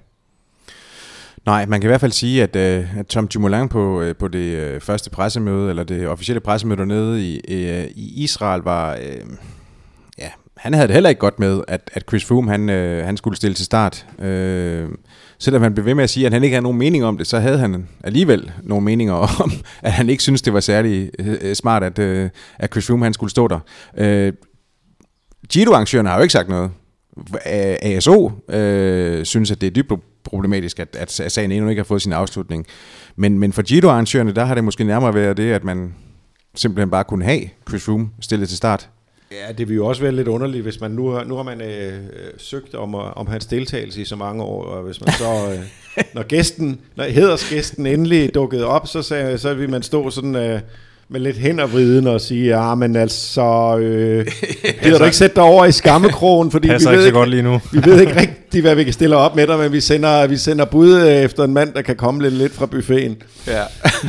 Nej, man kan i hvert fald sige, at, øh, at Tom Dumoulin på, øh, på det øh, første pressemøde, eller det officielle pressemøde dernede i, øh, i Israel, var... Øh, ja, han havde det heller ikke godt med, at, at Chris Froome, han, øh, han skulle stille til start. Øh, selvom han blev ved med at sige, at han ikke havde nogen mening om det, så havde han alligevel nogle meninger om, at han ikke syntes, det var særlig øh, smart, at, øh, at Chris Froome, han skulle stå der. Øh, Giro-arrangørerne har jo ikke sagt noget. A S O øh, synes, at det er dybt problematisk, at, at sagen endnu ikke har fået sin afslutning. Men, men for Giro-arrangørerne, der har det måske nærmere været det, at man simpelthen bare kunne have Chris Froome stillet til start. Ja, det vil jo også være lidt underligt, hvis man nu har, nu har man øh, søgt om, om hans deltagelse i så mange år, og hvis man så, øh, når gæsten, når hædersgæsten endelig dukkede op, så, så, så vil man stå sådan øh, med lidt hændervriden og sige, ja, men altså, øh, gider du ikke sætte dig over i skammekrogen, fordi vi ved, ikke, godt lige nu. vi ved ikke rigtigt, hvad vi kan stille op med dig, men vi sender, vi sender bud efter en mand, der kan komme lidt, lidt fra buffeten. Ja.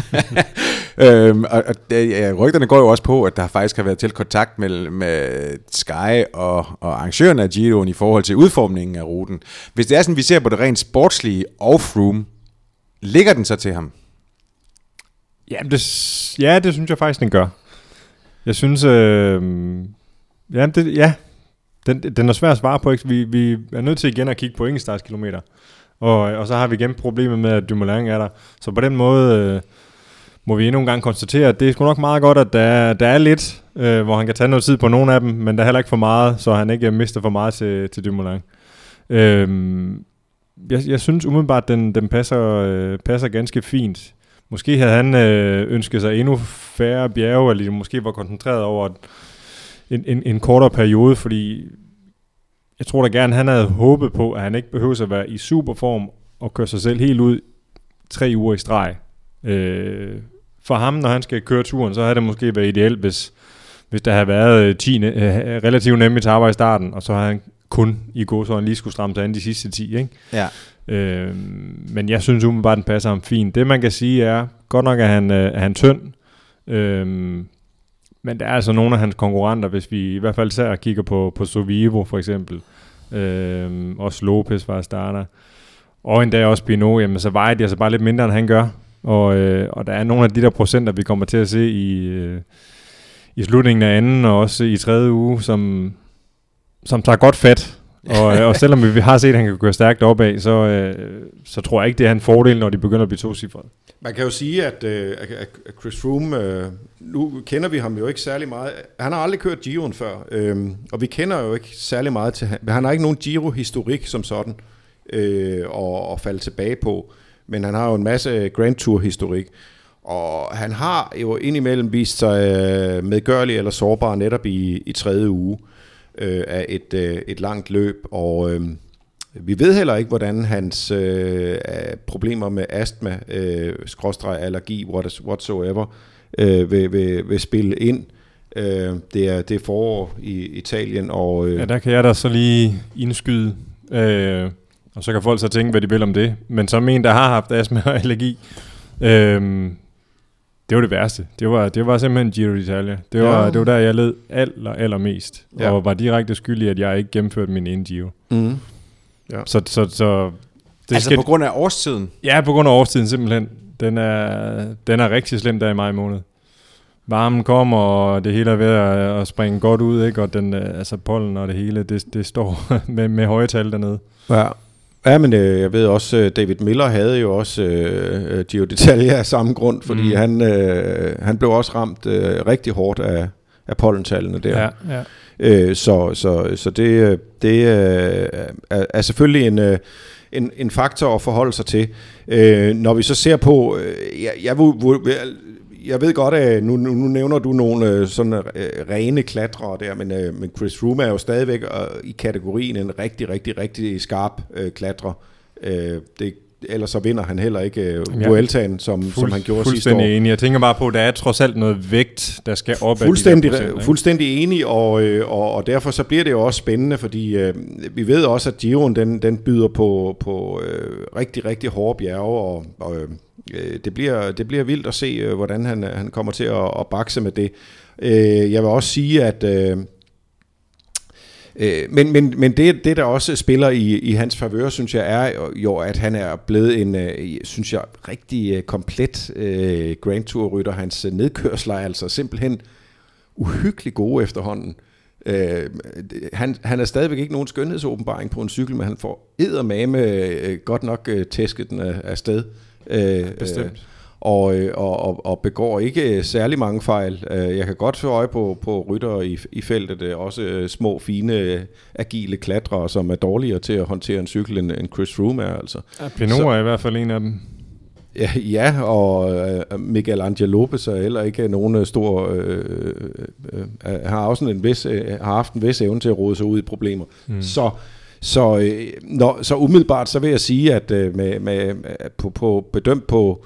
øhm, og, og ja, rygterne går jo også på, at der faktisk har været til kontakt med, med Sky og, og arrangørerne af Giroen i forhold til udformningen af ruten. Hvis det er sådan, vi ser på det rent sportslige og Froome, ligger den så til ham? Ja, det, ja, det synes jeg faktisk, den gør. Jeg synes, øh, ja, det, ja den, den er svær at svare på. Ikke? Vi, vi er nødt til igen at kigge på enkeltstartskilometer. Og, og så har vi igen problemet med, at Dumoulin er der. Så på den måde øh, må vi endnu en gang konstatere, at det er sgu nok meget godt, at der, der er lidt, øh, hvor han kan tage noget tid på nogle af dem, men der er heller ikke for meget, så han ikke mister for meget til, til Dumoulin. Øh, jeg, jeg synes umiddelbart, at den, den passer, øh, passer ganske fint. Måske havde han øh, ønsket sig endnu færre bjerge, eller måske var koncentreret over en, en, en kortere periode, fordi jeg tror da gerne, han havde håbet på, at han ikke behøver at være i superform og køre sig selv helt ud tre uger i streg. Øh, for ham, når han skal køre turen, så havde det måske været ideelt, hvis, hvis der havde været ti øh, relativt nemme etaper i starten, og så havde han kun i går, så han lige skulle stramme sig an de sidste ti, ikke? Ja. Øh, men jeg synes umiddelbart, den passer ham fint. Det man kan sige er, godt nok er han, øh, er han tynd, øh, men der er altså nogle af hans konkurrenter, hvis vi i hvert fald ser og kigger på, på Sovivo for eksempel, øh, også Lopez var starter, og endda også Pinot, jamen så vejer de altså bare lidt mindre, end han gør, og, øh, og der er nogle af de der procenter, vi kommer til at se i, øh, i slutningen af anden, og også i tredje uge, som, som tager godt fat. Og, og selvom vi har set, at han kan køre stærkt opad, så, øh, så tror jeg ikke, det er en fordel, når de begynder at blive tocifrede. Man kan jo sige, at, øh, at Chris Froome, øh, nu kender vi ham jo ikke særlig meget. Han har aldrig kørt Giroen før, øh, og vi kender jo ikke særlig meget til ham. Han har ikke nogen Giro-historik som sådan øh, at, at falde tilbage på, men han har jo en masse Grand Tour-historik. Og han har jo indimellem vist sig øh, medgørlig eller sårbar netop i, i tredje uge øh, af et, øh, et langt løb, og øh, vi ved heller ikke, hvordan hans øh, problemer med astma, øh, skråstreg allergi, what, whatsoever, øh, vil, vil, vil spille ind. Øh, det, er, det er forår i Italien. Og, øh, ja, der kan jeg da så lige indskyde, øh, og så kan folk så tænke, hvad de vil om det. Men som en, der har haft astma og allergi, øh, det var det værste. Det var, det var simpelthen Giro d'Italia. Det var, ja. det var der, jeg led aller, allermest. Ja. Og var direkte skyldig, at jeg ikke gennemførte min ene Giro. Mm. Ja. Så, så, så det altså skal på grund af årstiden? Ja, på grund af årstiden simpelthen. Den er, den er rigtig slem der i maj måned. Varmen kommer, og det hele er ved at, at springe godt ud, ikke? Og den, altså pollen og det hele, det, det står med, med høje tal dernede. Ja. Ja, men øh, jeg ved også, David Miller havde jo også øh, Giro d'Italia af samme grund, fordi mm. han, øh, han blev også ramt øh, rigtig hårdt af, af pollentallene der. Ja, ja. Øh, så, så, så det, det øh, er, er selvfølgelig en, en, en faktor at forholde sig til. Øh, når vi så ser på, øh, jeg, jeg, jeg ved godt, at nu, nu nævner du nogle øh, sådan øh, rene klatrere der, men, øh, men Chris Froome er jo stadigvæk øh, i kategorien en rigtig, rigtig, rigtig skarp øh, klatrer. Øh, det ellers så vinder han heller ikke øh, Vueltaen, som, Fuld, som han gjorde sidste år. Fuldstændig enig. Jeg tænker bare på, at der er trods alt noget vægt, der skal op fuldstændig, af de der procent, fuldstændig enig, og, og, og derfor så bliver det jo også spændende, fordi øh, vi ved også, at Giroen den, den byder på, på øh, rigtig, rigtig hårde bjerge, og, og øh, det, bliver, det bliver vildt at se, øh, hvordan han, han kommer til at, at bakse med det. Øh, jeg vil også sige, at øh, Men, men, men det, det, der også spiller i, i hans favør, synes jeg, er jo, at han er blevet en, synes jeg, rigtig komplet uh, Grand Tour-rytter. Hans nedkørsler er altså simpelthen uhyggeligt gode efterhånden. Uh, han, han er stadigvæk ikke nogen skønhedsåbenbaring på en cykel, men han får eddermame uh, godt nok uh, tæsket den uh, afsted. Uh, Bestemt. Uh, Og, og, og begår ikke særlig mange fejl. Jeg kan godt få øje på, på ryttere i, i feltet, også små, fine, agile klatrere, som er dårligere til at håndtere en cykel, end, end Chris Froome er. Altså. Ja, Pinot er i hvert fald en af dem. Ja, ja og uh, Miguel Angel Lopez er heller ikke nogen stor... Øh, øh, har også en vis, øh, har haft en vis evne til at rode sig ud i problemer. Mm. Så... Så, øh, når, så umiddelbart så vil jeg sige, at øh, med, med, på, på, bedømt på...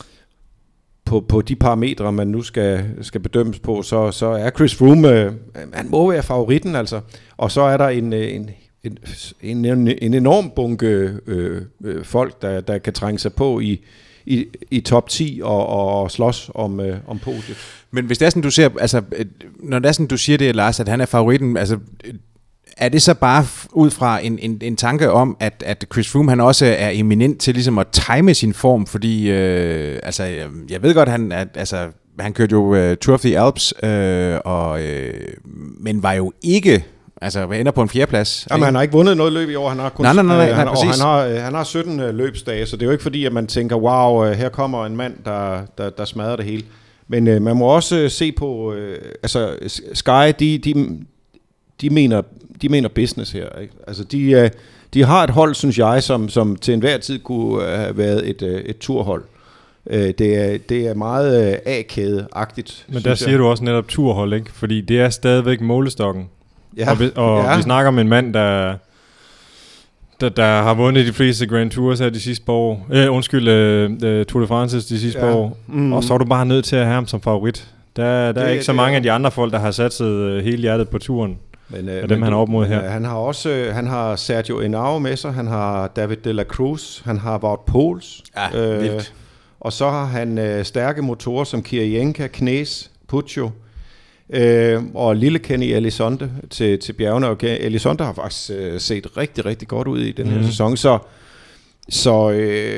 På, på de parametre, man nu skal, skal bedømmes på, så, så er Chris Froome, øh, han må være favoritten, altså. Og så er der en, en, en, en, en enorm bunke øh, øh, folk, der, der kan trænge sig på i, i, i top ti og, og slås om, øh, om podiet. Men hvis det er sådan, du ser, altså, når det er sådan, du siger det, Lars, at han er favoritten, altså... Er det så bare ud fra en, en, en tanke om, at, at Chris Froome han også er eminent til ligesom at time sin form, fordi øh, altså, jeg ved godt, han, at, altså, han kørte jo uh, Tour of the Alps, øh, og, øh, men var jo ikke, altså ender på en fjerdeplads. Jamen han har ikke vundet noget løb i år, han har kun, nej, nej, nej, nej, han, nej, og han har, han har sytten løbsdage, så det er jo ikke fordi, at man tænker, wow, her kommer en mand, der, der, der smadrer det hele. Men øh, man må også se på, øh, altså Sky, de, de, de mener, de mener business her, ikke? Altså de, de har et hold, synes jeg, som, som til enhver tid kunne have været et, et turhold. Det er, det er meget A-kæde-agtigt. Men der siger jeg. Du også netop turhold, ikke? Fordi det er stadigvæk målestokken. Ja. Og, vi, og ja. vi snakker om en mand, der, der, der har vundet de fleste Grand Tours her de sidste par år. Øh, undskyld, uh, Tour de France de sidste ja. par år. Mm. Og så er du bare nødt til at have ham som favorit. Der, der det, er ikke så det, mange af de andre folk, der har satset hele hjertet på turen. Men, øh, dem, men, han er op mod her. Han har også øh, han har Sergio Henao med sig, han har David de la Cruz, han har Wout Poels. Ja, øh, vildt. Og så har han øh, stærke motorer som Kirienka, Knes, Puccio øh, og lille Kenny Elizonde til, til bjergene. Og Elizonde har faktisk øh, set rigtig, rigtig godt ud i den her mm. sæson. Så, så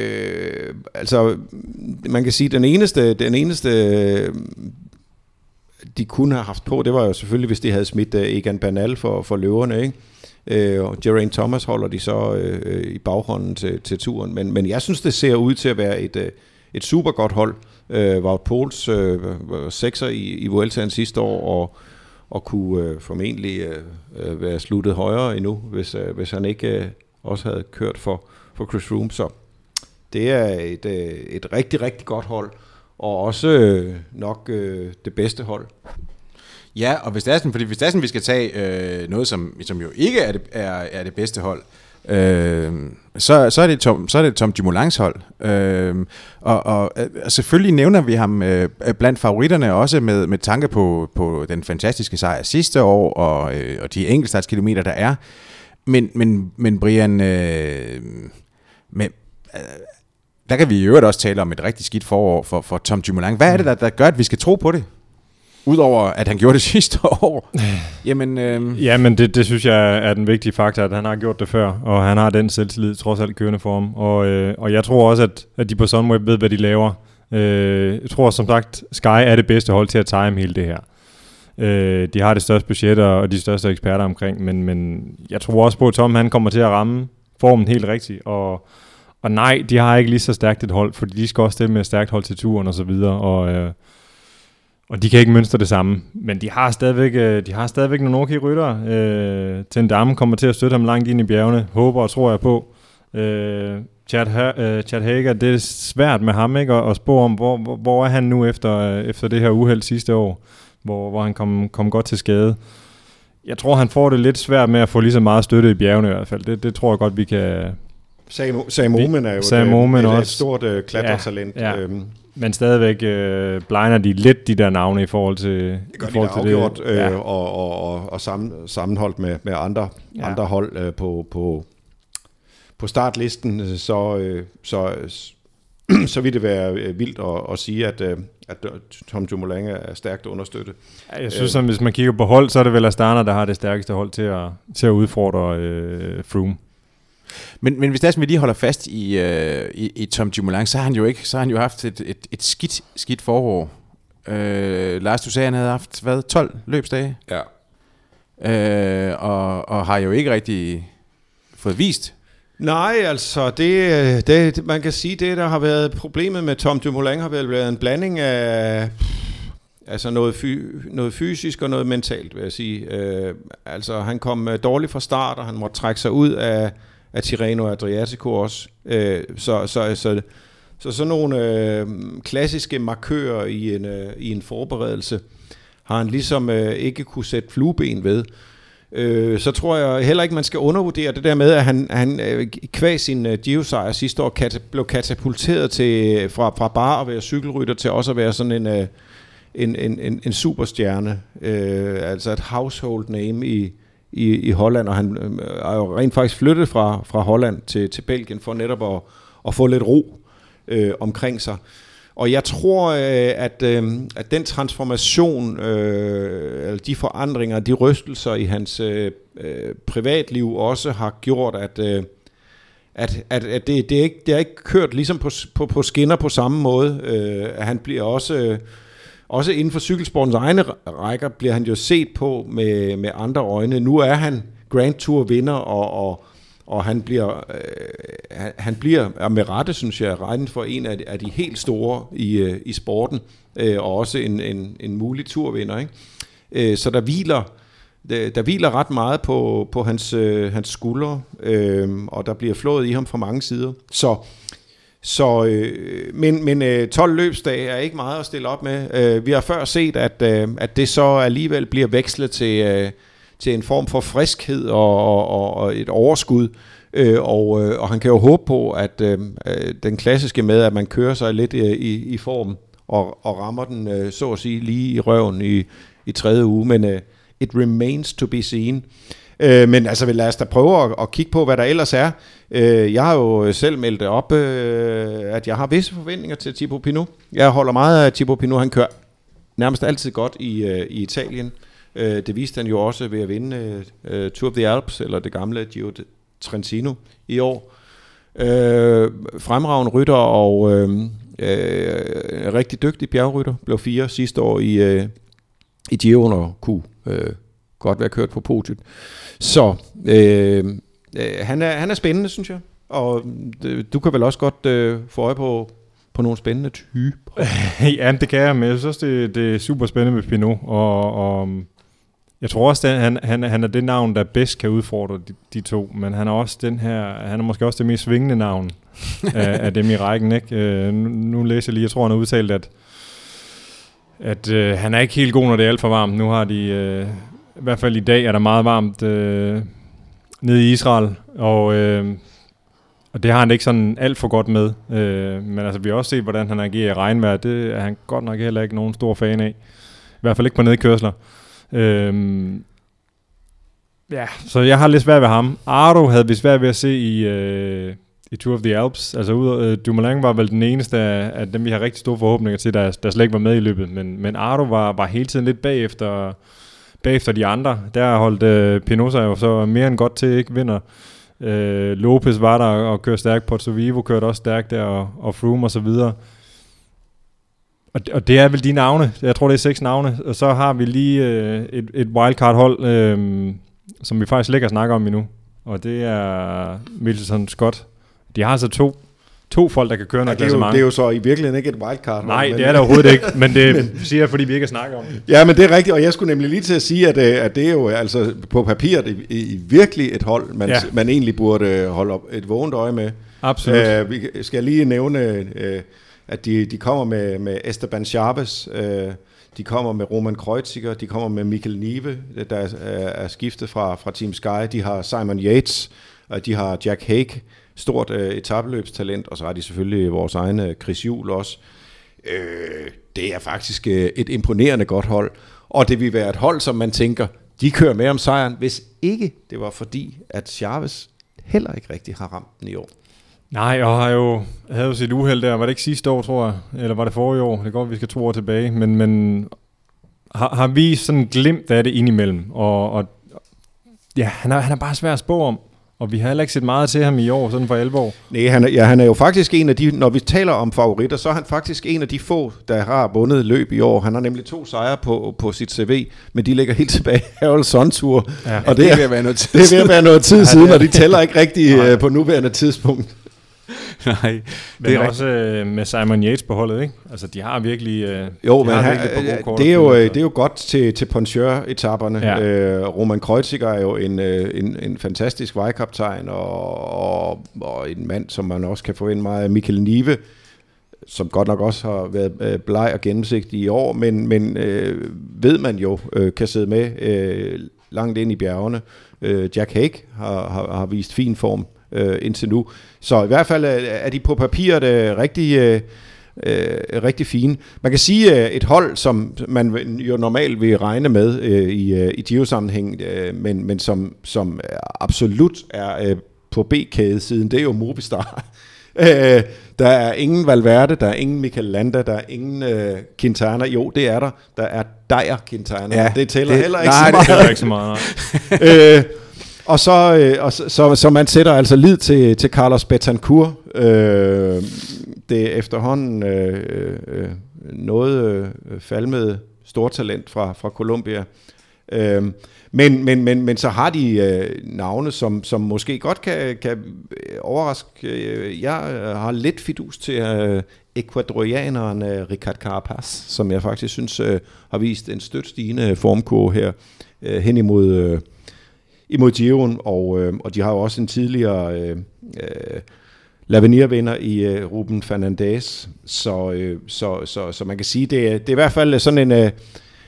øh, altså, man kan sige, den eneste, den eneste øh, de kunne have haft på, det var jo selvfølgelig, hvis de havde smidt uh, Egan Bernal for, for løverne, ikke? Uh, og Geraint Thomas holder de så uh, i baghånden til, til turen. Men, men jeg synes, det ser ud til at være et, uh, et super godt hold. Uh, Wout Poels uh, var sekser i, i Vueltaen sidste år, og, og kunne uh, formentlig uh, være sluttet højere endnu, hvis, uh, hvis han ikke uh, også havde kørt for, for Chris Froome. Så det er et, uh, et rigtig, rigtig godt hold, og også øh, nok øh, det bedste hold. Ja, og hvis det er sådan, fordi hvis det er sådan, vi skal tage øh, noget, som, som jo ikke er det, er, er det bedste hold, øh, så, så, er det Tom, så er det Tom Dumoulins hold. Øh, og, og, og selvfølgelig nævner vi ham øh, blandt favoritterne også med, med tanke på, på den fantastiske sejr sidste år, og, øh, og de enkeltstartskilometer, der er. Men, men, men Brian, øh, med, øh, der kan vi i øvrigt også tale om et rigtig skidt forår for, for Tom Dumoulin. Hvad er det, der, der gør, at vi skal tro på det? Udover at han gjorde det sidste år. Jamen, øh... Jamen det, det synes jeg er den vigtige faktor, at han har gjort det før, og han har den selvtillid trods alt kørende for ham. Og, øh, og jeg tror også, at, at de på Sunweb ved, hvad de laver. Øh, jeg tror som sagt, Sky er det bedste hold til at time hele det her. Øh, de har det største budget og de største eksperter omkring, men, men jeg tror også på, at Tom han kommer til at ramme formen helt rigtigt. Og, og nej, de har ikke lige så stærkt et hold, fordi de skal også stille med et stærkt hold til turen og så videre, og... Øh, Og de kan ikke mønstre det samme, men de har stadigvæk, de har stadigvæk nogle okay ryttere. Øh, Ten Damme kommer til at støtte ham langt ind i bjergene, håber og tror jeg på. Øh, Chad, uh, Chad Hager, det er svært med ham ikke at, at spå om, hvor, hvor, hvor er han nu efter, efter det her uheld sidste år, hvor, hvor han kom, kom godt til skade. Jeg tror, han får det lidt svært med at få lige så meget støtte i bjergene i hvert fald. Det, det tror jeg godt, vi kan... Sam, Sam Oomen er jo Sam et, Oomen et, også. et stort uh, klatretalent. Ja, ja. Øhm. Men stadigvæk øh, blegner de lidt de der navne i forhold til det. Gør i forhold de til afgjort, det. Øh, ja. og, og, og, og sammen, sammenholdt med, med andre, ja. andre hold øh, på, på, på startlisten, så, øh, så, så vil det være vildt at, at sige, at, øh, at Tom Dumoulin er stærkt understøttet. Ja, jeg synes, øh, at hvis man kigger på hold, så er det vel Astana, der har det stærkeste hold til at, til at udfordre øh, Froome. Men, men hvis det er, som vi lige holder fast i, øh, i, i Tom Dumoulin, så har han jo ikke, så har han jo haft et, et, et skidt, skidt forår. Øh, Lars, du sagde, han havde haft, hvad, tolv løbsdage? Ja. Øh, og, og har jo ikke rigtig fået vist. Nej, altså, det, det, man kan sige, det der har været problemet med Tom Dumoulin, har vel været en blanding af altså noget, fy, noget fysisk og noget mentalt, vil jeg sige. Øh, altså, han kom dårligt fra start, og han måtte trække sig ud af af Tirreno Adriatico også. Øh, så, så, så, så sådan nogle øh, klassiske markører i en, øh, i en forberedelse har han ligesom øh, ikke kunne sætte flueben ved. Øh, så tror jeg heller ikke, man skal undervurdere det der med, at han, han øh, kvæg sin øh, Giro-sejr sidste år kat- blev katapulteret til, fra, fra bare at være cykelrytter til også at være sådan en, øh, en, en, en, en superstjerne. Øh, altså et household name i I, i Holland, og han øh, er jo rent faktisk flyttet fra, fra Holland til, til Belgien for netop at, at få lidt ro øh, omkring sig. Og jeg tror, øh, at, øh, at den transformation, øh, eller de forandringer, de rystelser i hans øh, privatliv også har gjort, at, øh, at, at, at det, det, er ikke, det er ikke kørt ligesom på, på, på skinner på samme måde. Øh, at han bliver også... Øh, Også inden for cykelsportens egne rækker bliver han jo set på med, med andre øjne. Nu er han Grand Tour vinder, og, og, og han bliver, øh, han bliver med rette, synes jeg, regnet for en af de, af de helt store i, i sporten, øh, og også en, en, en mulig turvinder. Ikke? Øh, så der hviler, der, der hviler ret meget på, på hans, øh, hans skuldre, øh, og der bliver flået i ham fra mange sider. Så Så, øh, men, men øh, tolv løbsdage er ikke meget at stille op med. Øh, vi har før set, at, øh, at det så alligevel bliver vekslet til, øh, til en form for friskhed og, og, og et overskud. Øh, og, øh, og han kan jo håbe på, at øh, den klassiske med, at man kører sig lidt i, i, i form og, og rammer den, øh, så at sige, lige i røven i, i tredje uge. Men øh, it remains to be seen. Øh, men altså, lad os da prøve at, at kigge på, hvad der ellers er. Øh, jeg har jo selv meldt op, øh, at jeg har visse forventninger til Thibaut Pinot. Jeg holder meget af Thibaut Pinot. Han kører nærmest altid godt i, øh, i Italien. Øh, det viste han jo også ved at vinde øh, Tour of the Alps, eller det gamle Giro Trentino i år. Øh, fremragende rytter og øh, øh, rigtig dygtig bjergrytter. Blev fire sidste år i, øh, i Giroen og kunne øh, godt være kørt på podiet. Så øh, øh, han, er, han er spændende, synes jeg. Og øh, du kan vel også godt øh, få øje på, på nogle spændende typer. Ja, det kan jeg, men jeg synes også, det, det er super spændende med Pinot. Og, og jeg tror også, at han, han, han er det navn, der bedst kan udfordre de, de to. Men han er også den her, han er måske også det mest svingende navn af, af dem i rækken. Ikke? Øh, nu, nu læser jeg lige, jeg tror, han har udtalt, at, at øh, han er ikke helt god, når det er alt for varmt. Nu har de, øh, i hvert fald i dag, er der meget varmt øh, nede i Israel. Og... Øh, Og det har han ikke sådan alt for godt med. Øh, men altså, vi har også set, hvordan han agerer i regnvejr. Det er han godt nok heller ikke nogen stor fan af. I hvert fald ikke på nedkørsler. Øh, ja, så jeg har lidt svært ved ham. Ardo havde vi svært ved at se i, øh, i Tour of the Alps. Altså, ud, øh, Dumoulin var vel den eneste af, af dem, vi har rigtig store forhåbninger til, der, der slet ikke var med i løbet. Men, men Ardo var, var hele tiden lidt bagefter, bagefter de andre. Der holdt øh, Pinot sig jo så mere end godt til, ikke vinder. Øh, Lopez var der og kørte stærkt, Porto Vivo kørte også stærkt der, og, og Froome og så videre. Og, og det er vel de navne, jeg tror det er seks navne, og så har vi lige øh, et, et wildcard hold, øh, som vi faktisk ikke har snakket om endnu, og det er Mitchelton Scott. De har altså to To folk, der kan køre noget ja, det, er jo, det er jo så i virkeligheden ikke et wildcard. Nej, men det er det overhovedet ikke, men det men, siger jeg, fordi vi ikke har snakket om det. Ja, men det er rigtigt, og jeg skulle nemlig lige til at sige, at, at det er jo altså på papiret i, i virkelig et hold, man, ja. man egentlig burde holde op et vågent øje med. Absolut. Uh, vi skal lige nævne, uh, at de, de kommer med, med Esteban Chavez, uh, de kommer med Roman Kreuziger, de kommer med Mikkel Nive, der er, er skiftet fra, fra Team Sky, de har Simon Yates, og de har Jack Haig, stort øh, etapeløbstalent, og så har de selvfølgelig vores egne Chris Juhl også. Øh, det er faktisk øh, et imponerende godt hold, og det vil være et hold, som man tænker, de kører med om sejren, hvis ikke det var fordi, at Chavez heller ikke rigtig har ramt den i år. Nej, og har jo, havde jo sit uheld der, var det ikke sidste år, tror jeg, eller var det forrige år, det går, vi skal to år tilbage, men, men har, har vi sådan glimt af det indimellem, og, og ja, han er, han er bare svær at spå om. Og vi har heller ikke set meget til ham i år, sådan for alvor. Nej, han er, ja, han er jo faktisk en af de, når vi taler om favoritter, så er han faktisk en af de få, der har vundet løb i år. Han har nemlig to sejre på, på sit C V, men de ligger helt tilbage i Harold Sun-tur. Ja, og det, det er ved at være noget tid, det er ved at være noget tid siden, og de tæller ikke rigtig uh, på nuværende tidspunkt. Nej, men det er også øh, med Simon Yates på holdet, ikke? Altså, de har virkelig... Øh, jo, men han, det, er jo, det er jo godt til, til Poncheur-etaperne. Ja. Øh, Roman Kreuziger er jo en, en, en fantastisk vejkaptajn, og, og, og en mand, som man også kan forvente meget af. Mikkel Nive, som godt nok også har været bleg og gennemsigtig i år, men, men øh, ved man jo, øh, kan sidde med øh, langt ind i bjergene. Øh, Jack Haig har, har, har vist fin form øh, indtil nu. Så i hvert fald er de på papiret øh, rigtig, øh, øh, rigtig fine. Man kan sige øh, et hold, som man jo normalt vil regne med øh, i, øh, i Giro-sammenhæng, øh, men, men som, som absolut er øh, på B-kædesiden, det er jo Movistar. Øh, der er ingen Valverde, der er ingen Mikel Landa, der er ingen øh, Quintana. Jo, det er der. Der er Dyer Quintana. Ja, det tæller det, heller ikke nej, så meget. Det tæller ikke så meget. øh, og så, øh, og så, så, så man sætter altså lid til, til Carlos Betancourt. Øh, det er efterhånden øh, øh, noget øh, falmede stortalent fra, fra Colombia. Øh, Men, men, men, men så har de øh, navne, som, som måske godt kan, kan overraske. Jeg har lidt fidus til øh, ekvadorianeren øh, Ricard Carapaz, som jeg faktisk synes øh, har vist en støt stigende formkurve her øh, hen imod, øh, imod Giroen, og, øh, og de har jo også en tidligere øh, øh, Lavenir-vinder i øh, Ruben Fernandez, så, øh, så, så, så man kan sige, det er, det er i hvert fald sådan en... Øh,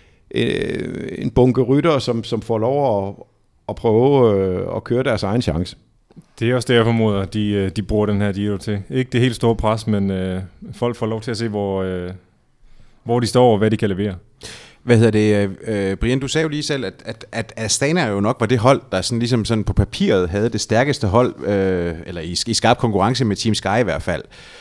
en bunke rytter, som, som får lov at, at prøve øh, at køre deres egen chance. Det er også det, jeg formoder, de, de bruger den her Giro til. Ikke det helt store pres, men øh, folk får lov til at se, hvor, øh, hvor de står og hvad de kan levere. Hvad hedder det, øh, Brian, du sagde jo lige selv, at, at, at Astana jo nok var det hold, der sådan ligesom sådan på papiret havde det stærkeste hold, øh, eller i, i skarp konkurrence med Team Sky i hvert fald.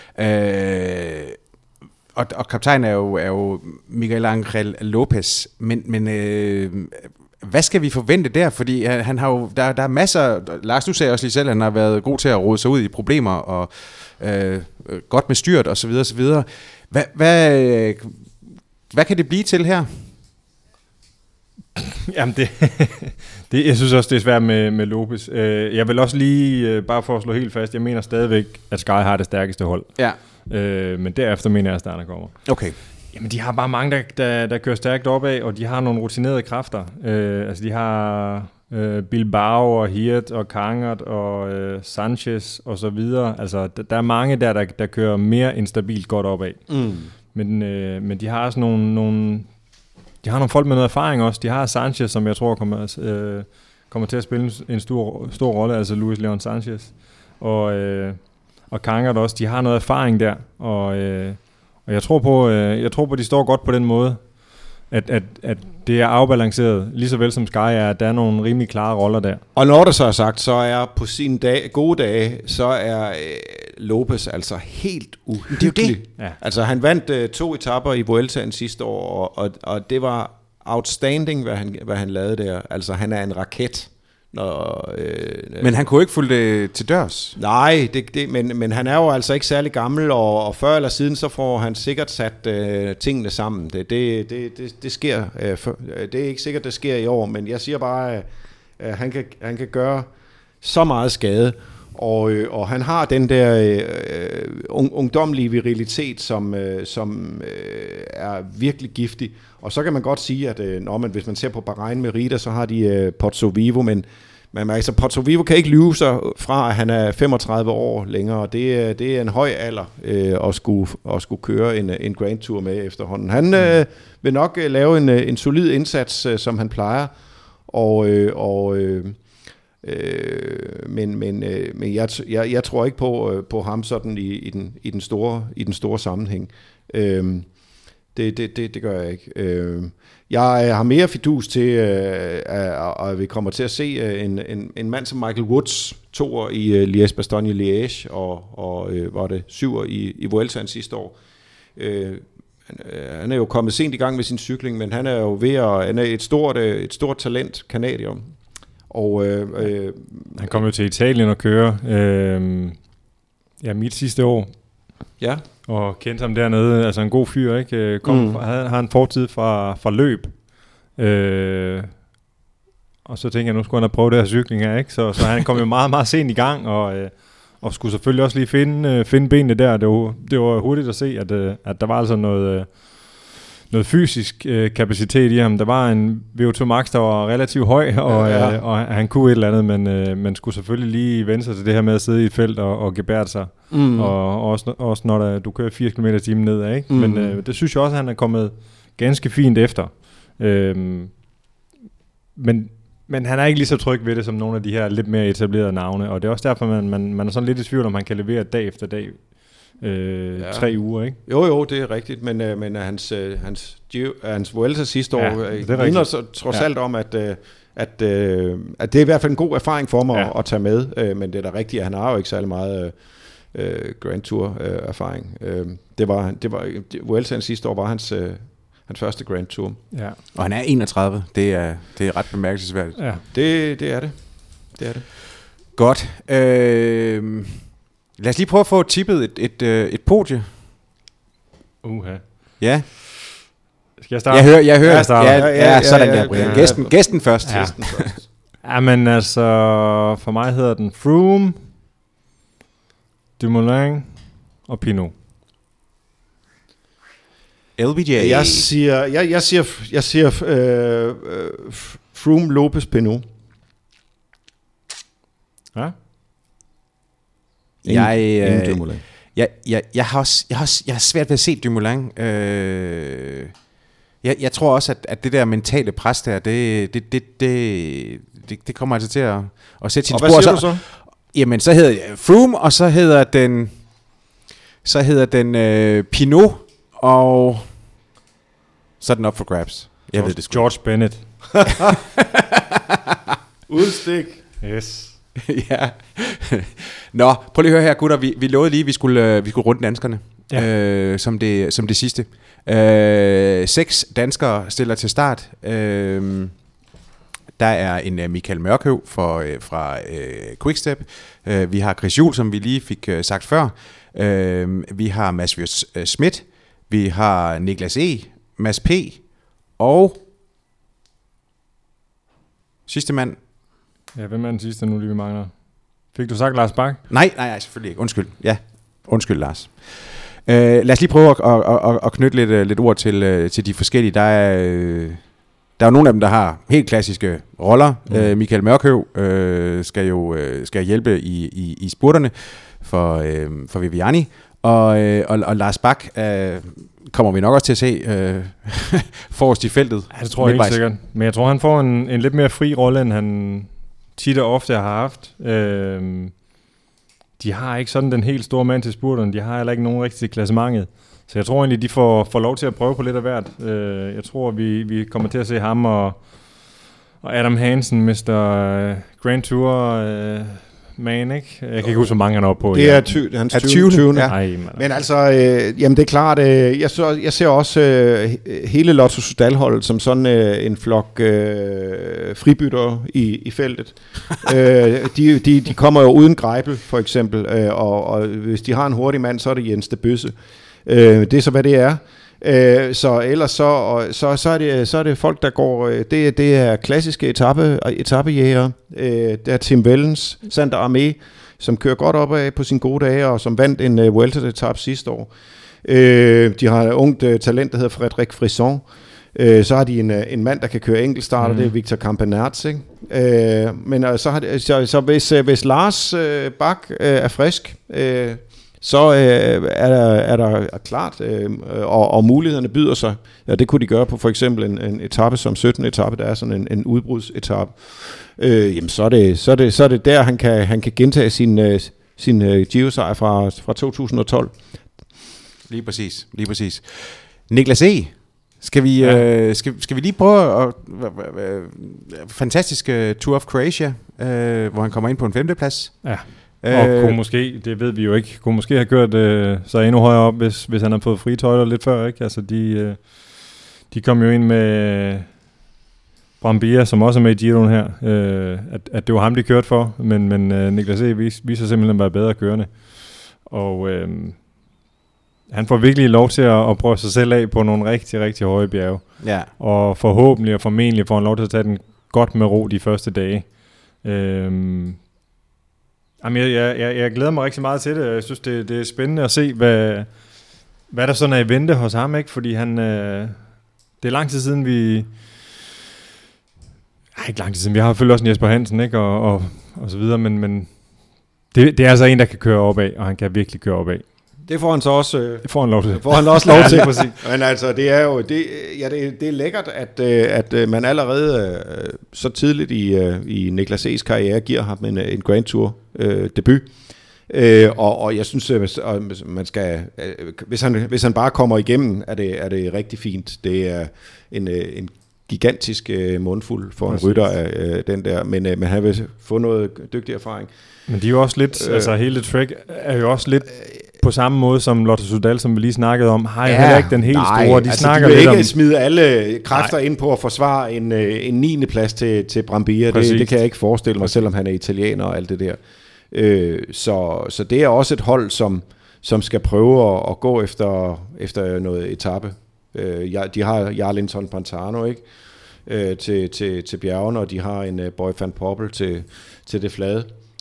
Øh, Og, og kaptajn er jo, er jo Miguel Angel Lopez, men, men øh, hvad skal vi forvente der? Fordi han, han har jo, der, der er masser, Lars, du sagde også lige selv, at han har været god til at rode sig ud i problemer, og øh, godt med styrt, og så videre, og så videre. Hvad, hvad, hvad kan det blive til her? Jamen det, det, jeg synes også, det er svært med, med Lopez. Uh, jeg vil også lige, uh, bare for at slå helt fast, jeg mener stadigvæk, at Sky har det stærkeste hold. Ja. Uh, men derefter mener jeg, at Astana kommer. Okay. Jamen, de har bare mange, der, der, der kører stærkt opad, og de har nogle rutinerede kræfter. Uh, altså, de har uh, Bilbao og Hirt og Kangert og uh, Sanchez og så videre. Altså, der, der er mange der, der, der kører mere instabilt godt opad. Mm. Men, uh, men de har også nogle... nogle De har nogle folk med noget erfaring også. De har Sanchez, som jeg tror kommer, øh, kommer til at spille en stor, stor rolle, altså Luis Leon Sanchez. Og, øh, og Kangert også. De har noget erfaring der. Og, øh, og jeg tror på, øh, jeg tror på, at de står godt på den måde, at, at, at det er afbalanceret, lige så vel som Sky er, at der er nogle rimelig klare roller der. Og når det så er sagt, så er på sine dag, gode dage, så er øh, Lopez altså helt uhyggelig. Det er det. Ja. Altså han vandt øh, to etaper i Vueltaen sidste år, og, og, og det var outstanding, hvad han, hvad han lavede der. Altså han er en raket. Når, øh, men han kunne ikke fulde det til dørs? Nej, det, det, men, men han er jo altså ikke særlig gammel, og, og før eller siden, så får han sikkert sat øh, tingene sammen. Det, det, det, det, det sker. Øh, for, det er ikke sikkert, det sker i år, men jeg siger bare, at øh, han, kan, han kan gøre så meget skade, og, øh, og han har den der øh, ungdomlige virilitet, som, øh, som øh, er virkelig giftig. Og så kan man godt sige, at øh, når man, hvis man ser på Bahrain Merida, så har de øh, Pozzo Vivo, men man, altså, Pozzo Vivo kan ikke lyve sig fra, at han er femogtredive år længere. Det, det er en høj alder øh, at, skulle, at skulle køre en, en Grand Tour med efterhånden. Han øh, vil nok øh, lave en, en solid indsats, øh, som han plejer, og... Øh, og øh, Øh, men men, øh, men jeg, jeg, jeg tror ikke på, øh, på ham sådan i, i, den, i, den store, i den store sammenhæng. Øh, det, det, det, det gør jeg ikke. Øh, jeg har mere fidus til, øh, at, at vi kommer til at se en, en, en mand som Michael Woods, toer i uh, Liège-Bastogne-Liège, og, og øh, var det syver i, i Vueltaen sidste år. Øh, han er jo kommet sent i gang med sin cykling, men han er jo ved at, han er et stort, et stort talent, kanadier. Og, øh, øh, han kom jo til Italien og køre øh, ja, mit sidste år. Ja. Og kendte ham dernede, altså en god fyr, ikke? Kom mm. fra, havde, har en fortid fra, fra løb. Øh, og så tænkte jeg, nu skulle han have prøvet det her cykling her, ikke? Så, så han kom jo meget, meget sent i gang, og, øh, og skulle selvfølgelig også lige finde, øh, finde benene der. Det var, det var hurtigt at se, at, øh, at der var altså noget... Øh, noget fysisk øh, kapacitet i ham. Der var en V O to Max, der var relativt høj, og, ja, ja. Øh, og han kunne et eller andet, men øh, man skulle selvfølgelig lige vende sig til det her med at sidde i et felt og, og gebære sig. Mm. Og, og også, også når der, du kører firs kilometer i timen nedad, ikke? Mm. Men øh, det synes jeg også, at han er kommet ganske fint efter. Øhm, men, men han er ikke lige så tryg ved det, som nogle af de her lidt mere etablerede navne, og det er også derfor, man, man, man er sådan lidt i tvivl, om han kan levere dag efter dag. Øh, ja. Tre uger, ikke? Jo, jo, det er rigtigt, men, øh, men hans, øh, hans, hans Vuelta sidste ja, år øh, vidner så trods ja. alt om, at, øh, at, øh, at det er i hvert fald en god erfaring for mig ja. at, at tage med, øh, men det er da rigtigt, at han har jo ikke særlig meget øh, Grand Tour øh, erfaring. Øh, det var, det var Vueltaen sidste år var hans, øh, hans første Grand Tour. Ja. Og han er enogtredive, det er, det er ret bemærkelsesværdigt. Ja. Det, det er det. Det er det. Godt. Øh... Lad os lige prøve at få tippet et, et, et, et podie. Uha. Ja. Skal jeg starte? Jeg hører, jeg hører. Jeg starter. Ja, ja, ja, sådan der, Brian. Gæsten, gæsten først. Ja. Gæsten først. Ja, men altså, for mig hedder den Froome, Dumoulin og Pinot. L B J. Jeg siger, jeg, jeg siger, jeg siger øh, øh, Froome, Lopez, Pinot. Ja. Jeg, øh, jeg, jeg, jeg, har også, jeg, har også, jeg har svært ved at se Dumoulin. Øh, jeg, jeg tror også, at, at det der mentale pres der, det, det, det, det, det, det kommer altså til at, at sætte sin spor. Og hvad siger du så? Jamen, så hedder Froome, og så hedder den, så hedder den øh, Pinot, og så er den op for grabs. Jeg George, ved det sgu. George Bennett. Udstik. Yes. Ja. Nå, prøv lige at høre her, gutter. Vi, vi lovede lige, at vi skulle, vi skulle runde danskerne, ja. øh, som, det, som det sidste. Øh, seks danskere stiller til start. Øh, der er en uh, Michael Mørkøv for, uh, fra uh, Quickstep. Uh, vi har Chris Juhl, som vi lige fik uh, sagt før. Uh, vi har Mads uh, Schmidt. Vi har Niklas E., Mads P. og Sidste mand. Ja, hvem er den sidste nu, lige vi mangler? Fik du sagt Lars Bak? Nej, nej, nej, selvfølgelig ikke. Undskyld. Ja, undskyld, Lars. Uh, lad os lige prøve at, at, at, at knytte lidt, uh, lidt ord til, uh, til de forskellige. Der er, uh, der er jo nogle af dem, der har helt klassiske roller. Mm. Uh, Michael Mørkøv uh, skal jo uh, skal hjælpe i, i, i spurterne for, uh, for Viviani. Og, uh, og, og Lars Bak uh, kommer vi nok også til at se uh, forrest i feltet. Ja, det tror jeg helt sikkert. Men jeg tror, han får en, en lidt mere fri rolle, end han tit og ofte har haft. Uh, De har ikke sådan den helt store mand til spurterne. De har heller ikke nogen rigtig til klassementet. Så jeg tror egentlig, de får, får lov til at prøve på lidt af hvert. Uh, jeg tror, vi, vi kommer til at se ham og, og Adam Hansen, mister Grand Tour uh, man, ikke? Jeg kan ikke huske, hvor mange han er oppe på. Det er, ty- hans er tyvende. tyvende. Ja. Ej, men altså, øh, jamen det er klart, øh, jeg, så, jeg ser også øh, hele Lotto Soudal-holdet som sådan øh, en flok øh, fribytter i, i feltet. øh, de, de, de kommer jo uden Greipel, for eksempel, øh, og, og hvis de har en hurtig mand, så er det Jens de Bøsse. Øh, det er så, hvad det er. Øh, så ellers så, og, så, så, er det, så er det folk, der går, det, det er klassiske etape, etapejæger. Øh, det er Tim Wellens, Sander Amé, som kører godt opad på sine gode dage, og som vandt en uh, Vuelta-etape sidste år. Øh, de har et ungt uh, talent, der hedder Frédéric Frisson. Øh, så har de en, en mand, der kan køre enkeltstarter, mm. det er Victor Campenerts, ikke? Øh, men uh, så, har de, så, så hvis, uh, hvis Lars uh, Bak uh, er frisk, uh, så øh, er, der, er der klart, øh, og, og mulighederne byder sig. Ja, det kunne de gøre på for eksempel en, en etape som syttende etape, der er sådan en, en udbrudsetape. Øh, jamen så er det, så er det, så er det der, han kan, han kan gentage sin, øh, sin øh, Giro-sejr fra, fra to tusind og tolv. Lige præcis, lige præcis. Niklas E., skal vi, ja. øh, skal, skal vi lige prøve at... Øh, fantastisk uh, Tour of Croatia, øh, hvor han kommer ind på en femteplads. Ja. Og øh, kunne måske, det ved vi jo ikke, kunne måske have gjort øh, så endnu højere op, hvis, hvis han har fået frie tøjler lidt før, ikke? Altså de, øh, de kom jo ind med Brambilla, som også er med i Giroen her, øh, at, at det var ham, de kørte for, men, men øh, Niklas E. viser, viser simpelthen at være bedre kørende. Og øh, han får virkelig lov til at, at prøve sig selv af på nogle rigtig, rigtig høje bjerge. Ja. Og forhåbentlig og formentlig får han lov til at tage den godt med ro de første dage. Øh, Jamen, jeg, jeg, jeg glæder mig rigtig meget til det. Jeg synes, det, det er spændende at se, hvad, hvad der sådan er i vente hos ham, ikke? Fordi han, øh, det er lang tid siden, vi... Ej, ikke lang tid siden. Vi har selvfølgelig også en Jesper Hansen, ikke? Og, og, og så videre, men, men det, det er altså en, der kan køre opad, og han kan virkelig køre opad. Det får han så også. Øh, det får han lov til. Det får han også lov til. Ja, men altså, det er jo det, ja, det, det er lækkert, at at man allerede øh, så tidligt i øh, i Niklas E's karriere giver ham en en Grand Tour øh, debut. Øh, og, og jeg synes, at man skal, øh, hvis han hvis han bare kommer igennem, er det er det rigtig fint. Det er en en gigantisk øh, mundfuld for en rytter af øh, den der, men øh, men han vil få noget dygtig erfaring. Men de er jo også lidt, øh, altså hele Trek er jo også lidt på samme måde som Lotto Soudal, som vi lige snakkede om, har jeg ja, ikke den helt nej, store. De altså snakker de vil lidt ikke om, smide alle kræfter nej. ind på at forsvare en, en niende plads til, til Brambilla. Det, det kan jeg ikke forestille mig, Præcis. selvom han er italiener og alt det der. Øh, så, så det er også et hold, som, som skal prøve at, at gå efter, efter noget etape. Øh, de har Jarlinson Pantano, ikke? Øh, til, til, til bjergene, og de har en uh, Boy van Poppel til, til det flade.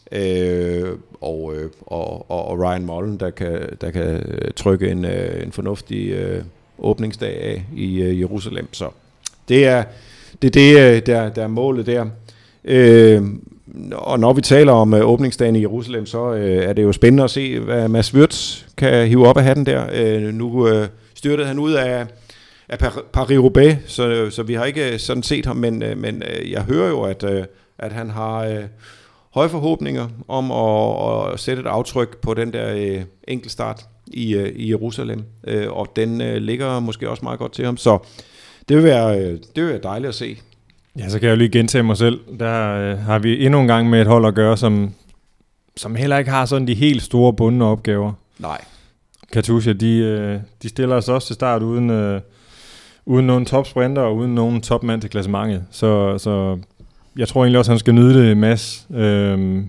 Øh, og, øh, og, og, og Ryan Mullen, der kan, der kan trykke en, øh, en fornuftig øh, åbningsdag af i øh, Jerusalem. Så det er det, det der, der er målet der. Øh, og når vi taler om øh, åbningsdagen i Jerusalem, så øh, er det jo spændende at se, hvad Mads Wirtz kan hive op af hatten der. Øh, nu øh, styrtede han ud af af Paris-Roubaix, så, så vi har ikke sådan set ham, men, men jeg hører jo, at, at han har øh, høje forhåbninger om at, at sætte et aftryk på den der øh, enkeltstart i, øh, i Jerusalem, øh, og den øh, ligger måske også meget godt til ham, så det vil være, øh, det vil være dejligt at se. Ja, så kan jeg jo lige gentage mig selv. Der øh, har vi endnu en gang med et hold at gøre, som, som heller ikke har sådan de helt store bundne opgaver. Nej. Katusha, de, øh, de stiller os også til start uden... Øh, uden nogen topsprinter og uden nogen topmand til klassementet. Så, så jeg tror egentlig også, at han skal nyde det, Mads. Øhm,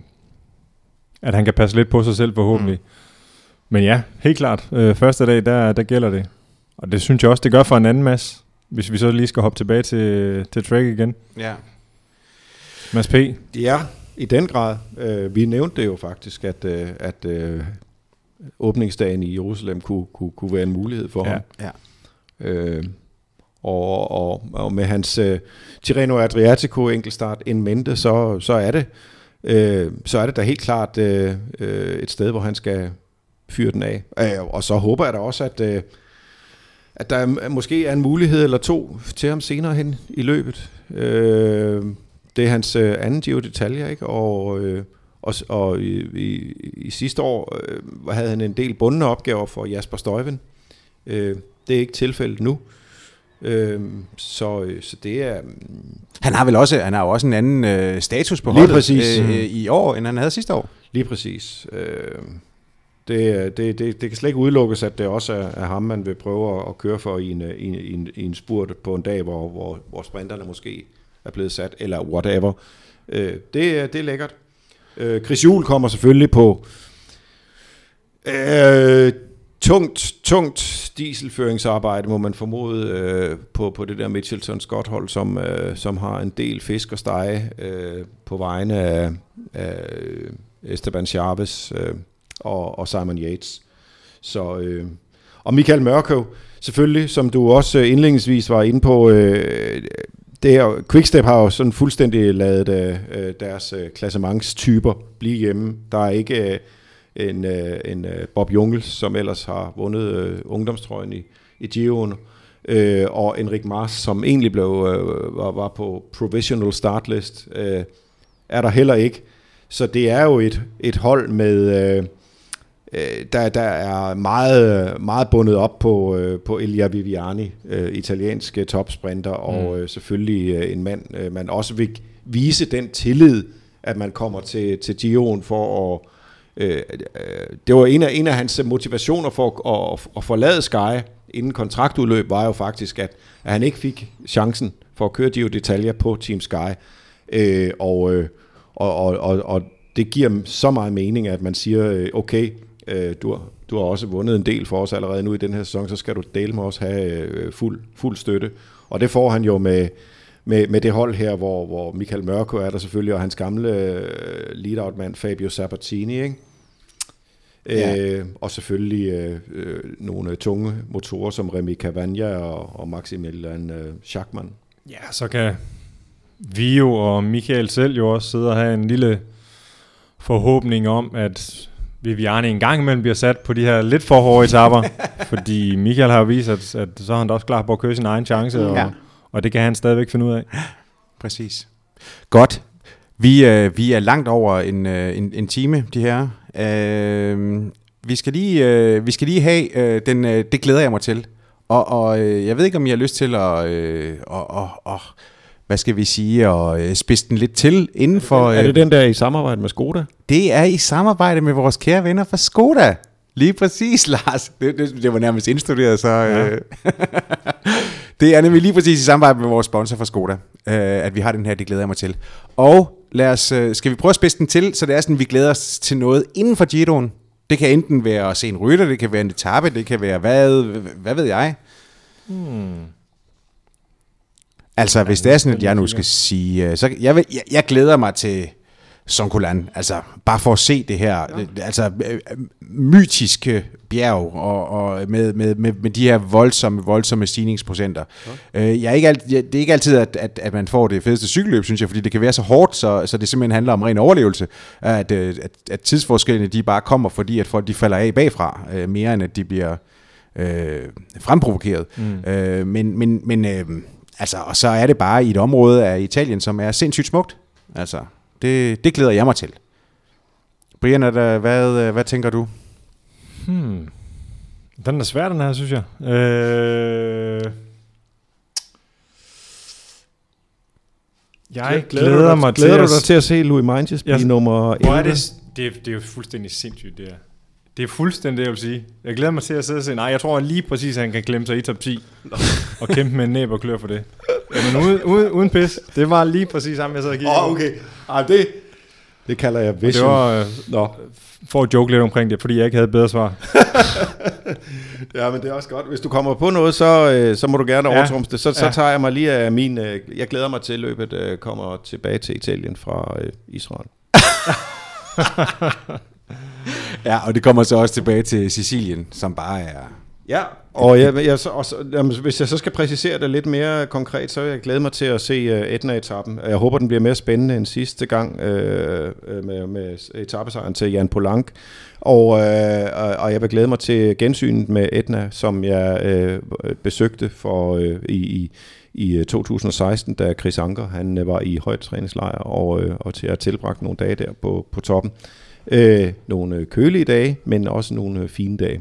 at han kan passe lidt på sig selv forhåbentlig. Mm. Men ja, helt klart. Øh, første dag, der, der gælder det. Og det synes jeg også, det gør for en anden Mads. Hvis vi så lige skal hoppe tilbage til, til track igen. Ja. Mads P. Ja, i den grad. Uh, vi nævnte det jo faktisk, at, uh, at uh, åbningsdagen i Jerusalem kunne, kunne, kunne være en mulighed for ja. ham. Ja. Uh, og, og, og med hans uh, Tirreno Adriatico enkeltstart in mente, så, så er det uh, så er det da helt klart uh, uh, et sted, hvor han skal fyre den af. Uh, og så håber jeg da også, at uh, at der er, måske er en mulighed eller to til ham senere hen i løbet. Øh, det er hans øh, anden Giro d'Italia, ikke? Og, øh, og, og i, i, i sidste år øh, havde han en del bundne opgaver for Jasper Stuyven. Øh, det er ikke tilfældet nu. Øh, så, så det er... Han har vel også, han har jo også en anden øh, status på lige holdet præcis. Øh, i år, end han havde sidste år. Lige præcis. Øh, Det, det, det, det kan slet ikke udelukkes, at det også er, er ham, man vil prøve at køre for i en, i en, i en spurt på en dag, hvor, hvor, hvor sprinterne måske er blevet sat, eller whatever. Øh, det, det er lækkert. Øh, Chris Juhl kommer selvfølgelig på øh, tungt, tungt dieselføringsarbejde, må man formode, øh, på, på det der Mitchelton Scott-hold, som, øh, som har en del fisk og stege øh, på vegne af, af Esteban Chavez, øh, Og, og Simon Yates. Så, øh, og Michael Mørkøv, selvfølgelig, som du også indledningsvis var inde på, øh, det her, Quickstep har jo sådan fuldstændig lavet øh, deres øh, klassementstyper blive hjemme. Der er ikke øh, en, øh, en øh, Bob Jungels, som ellers har vundet øh, ungdomstrøjen i, i Giroen, øh, og Enric Mas, som egentlig blev, øh, var, var på provisional startlist, øh, er der heller ikke. Så det er jo et, et hold med... Øh, Der, der er meget, meget bundet op på, på Elia Viviani, øh, italienske topsprinter, og mm. øh, selvfølgelig øh, en mand, øh, man også vil vise den tillid, at man kommer til, til Giroen for at... Øh, øh, det var en af, en af hans motivationer for at, at, at forlade Sky inden kontraktudløb, var jo faktisk, at, at han ikke fik chancen for at køre Giro d'Italia på Team Sky. Øh, og, øh, og, og, og, og det giver så meget mening, at man siger, okay, Du har, du har også vundet en del for os allerede nu i den her sæson, så skal du dele med os have fuld, fuld støtte. Og det får han jo med, med, med det hold her, hvor, hvor Michael Mørkøv er der selvfølgelig, og hans gamle lead-out-mand Fabio Sabatini, ikke? Ja. Øh, og selvfølgelig øh, nogle tunge motorer som Remy Cavagna og, og Maximilian øh, Schachmann. Ja, så kan Vio og Michael selv jo også sidde og have en lille forhåbning om, at Viviani en gang imellem bliver sat på de her lidt for hårde etaper, fordi Michael har jo vist, at, at så er han da også klar på at køre sin egen chance, og, ja. og det kan han stadigvæk finde ud af. Præcis. Godt. Vi, øh, vi er langt over en, øh, en, en time, de her. Øh, vi, skal lige, øh, vi skal lige have, øh, den, øh, det glæder jeg mig til. Og, og øh, jeg ved ikke, om I har lyst til at... Øh, og, og, og, hvad skal vi sige, og øh, spidse den lidt til inden for... Øh, er det den der i samarbejde med Skoda? Det er i samarbejde med vores kære venner fra Skoda. Lige præcis, Lars. Det, det, det var nærmest indstuderet, så... Ja. Øh, det er nemlig lige præcis i samarbejde med vores sponsor fra Skoda, øh, at vi har den her, det glæder jeg mig til. Og lad os, øh, skal vi prøve at spidse den til, så det er sådan, vi glæder os til noget inden for Giroen. Det kan enten være at se en rytter, det kan være en etape, det kan være hvad, hvad ved jeg. Hmm. Altså, hvis det er sådan, at jeg nu skal sige... Så jeg, vil, jeg, jeg glæder mig til Soncolan, altså bare for at se det her, ja. altså mytiske bjerg, og, og med, med, med, med de her voldsomme, voldsomme stigningsprocenter. Ja. Jeg er ikke alt, det er ikke altid, at, at, at man får det fedeste cykelløb, synes jeg, fordi det kan være så hårdt, så, så det simpelthen handler om ren overlevelse, at, at, at tidsforskellene, de bare kommer, fordi at folk de falder af bagfra, mere end at de bliver øh, fremprovokeret. Mm. Øh, men men, men øh, altså, og så er det bare i et område af Italien, som er sindssygt smukt. Altså, det, det glæder jeg mig til. Brian, der, hvad, hvad tænker du? Hmm. Den er svær, den her, synes jeg. Øh... Jeg glæder, glæder mig glæder til, du dig til at se Louis Meintjes blive nummer elleve? Er det, det, det er jo fuldstændig sindssygt, det her. Det er fuldstændig det, jeg vil sige. Jeg glæder mig til at sidde og se, nej, jeg tror lige præcis, at han kan klemme sig i top ti og kæmpe med en næb og klør for det. Jamen uden, uden, uden pis. Det var lige præcis ham, jeg sad og kiggede. Åh, oh, okay. Ah, det, Det kalder jeg vision. Det var, øh, Nå. For at joke lidt omkring det, fordi jeg ikke havde bedre svar. Ja, men det er også godt. Hvis du kommer på noget, så, øh, så må du gerne ja. overtrumse det. Så, så ja. tager jeg mig lige af min... Øh, jeg glæder mig til, at løbet øh, kommer tilbage til Italien fra øh, Israel. Ja, og det kommer så også tilbage til Sicilien, som bare er... Ja, og, jeg, jeg, så, og så, jamen, hvis jeg så skal præcisere det lidt mere konkret, så vil jeg glæde mig til at se uh, Etna-etappen. Jeg håber, den bliver mere spændende end sidste gang uh, med, med etapesejren til Jan Polanc. Og, uh, og jeg vil glæde mig til gensynet med Etna, som jeg uh, besøgte for uh, i, i, i to tusind og seksten, da Chris Anker han, uh, var i højtræningslejr og, uh, og til at tilbragt nogle dage der på, på toppen. Uh, nogle kølige dage, men også nogle uh, fine dage.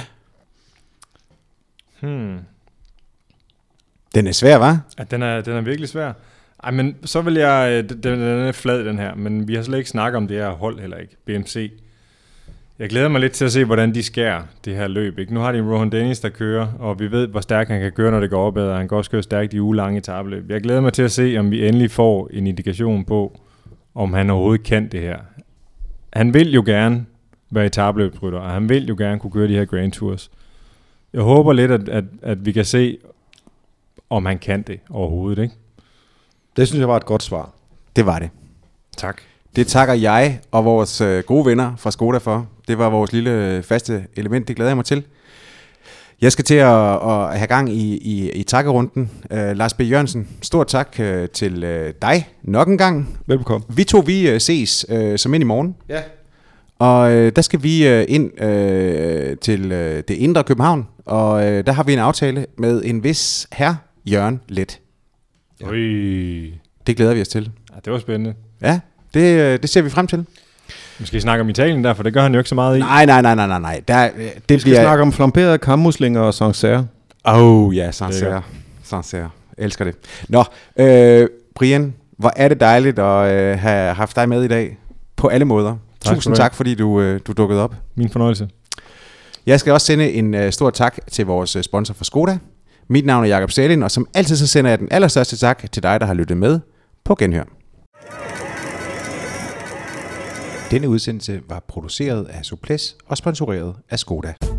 Hmm. Den er svær, hva'? Ja, den er, den er virkelig svær. Ej, men så vil jeg... Den, den er flad, den her, men vi har slet ikke snakket om det her hold heller ikke. B M C. Jeg glæder mig lidt til at se, hvordan de skærer det her løb. Ikke? Nu har de en Rohan Dennis, der kører, og vi ved, hvor stærk han kan køre, når det går opad, og han kan også køre stærkt i ugelange etabeløb. Jeg glæder mig til at se, om vi endelig får en indikation på, om han overhovedet kan det her. Han vil jo gerne være etabeløbsrytter, og han vil jo gerne kunne køre de her Grand Tours. Jeg håber lidt, at, at, at vi kan se, om han kan det overhovedet, ikke? Det synes jeg var et godt svar. Det var det. Tak. Det takker jeg og vores øh, gode venner fra Skoda for. Det var vores lille faste element, det glæder jeg mig til. Jeg skal til at, at have gang i, i, i takkerunden. Uh, Lars B. Jørgensen, stort tak uh, til uh, dig nok en gang. Velbekomme. Vi to, vi uh, ses uh, som ind i morgen. Ja. Og øh, der skal vi øh, ind øh, til øh, det indre København, og øh, der har vi en aftale med en vis herr Jørgen Let. Ja. Ui. Det glæder vi os til. Ja, det var spændende. Ja, det, øh, det ser vi frem til. Måske snakke om Italien der, for det gør han jo ikke så meget i. Nej, nej, nej, nej, nej, nej. Der, øh, det vi skal bliver... snakke om flamberede kammuslinger og Sancerre. Åh, oh, ja, Sancerre. Sancerre. Elsker det. Nå, øh, Brian, hvor er det dejligt at øh, have haft dig med i dag. På alle måder. Tak Tusind tak, fordi du, øh, du dukkede op. Min fornøjelse. Jeg skal også sende en øh, stor tak til vores sponsor for Skoda. Mit navn er Jakob Sælin, og som altid så sender jeg den allerstørste tak til dig, der har lyttet med på Genhør. Denne udsendelse var produceret af Suples og sponsoreret af Skoda.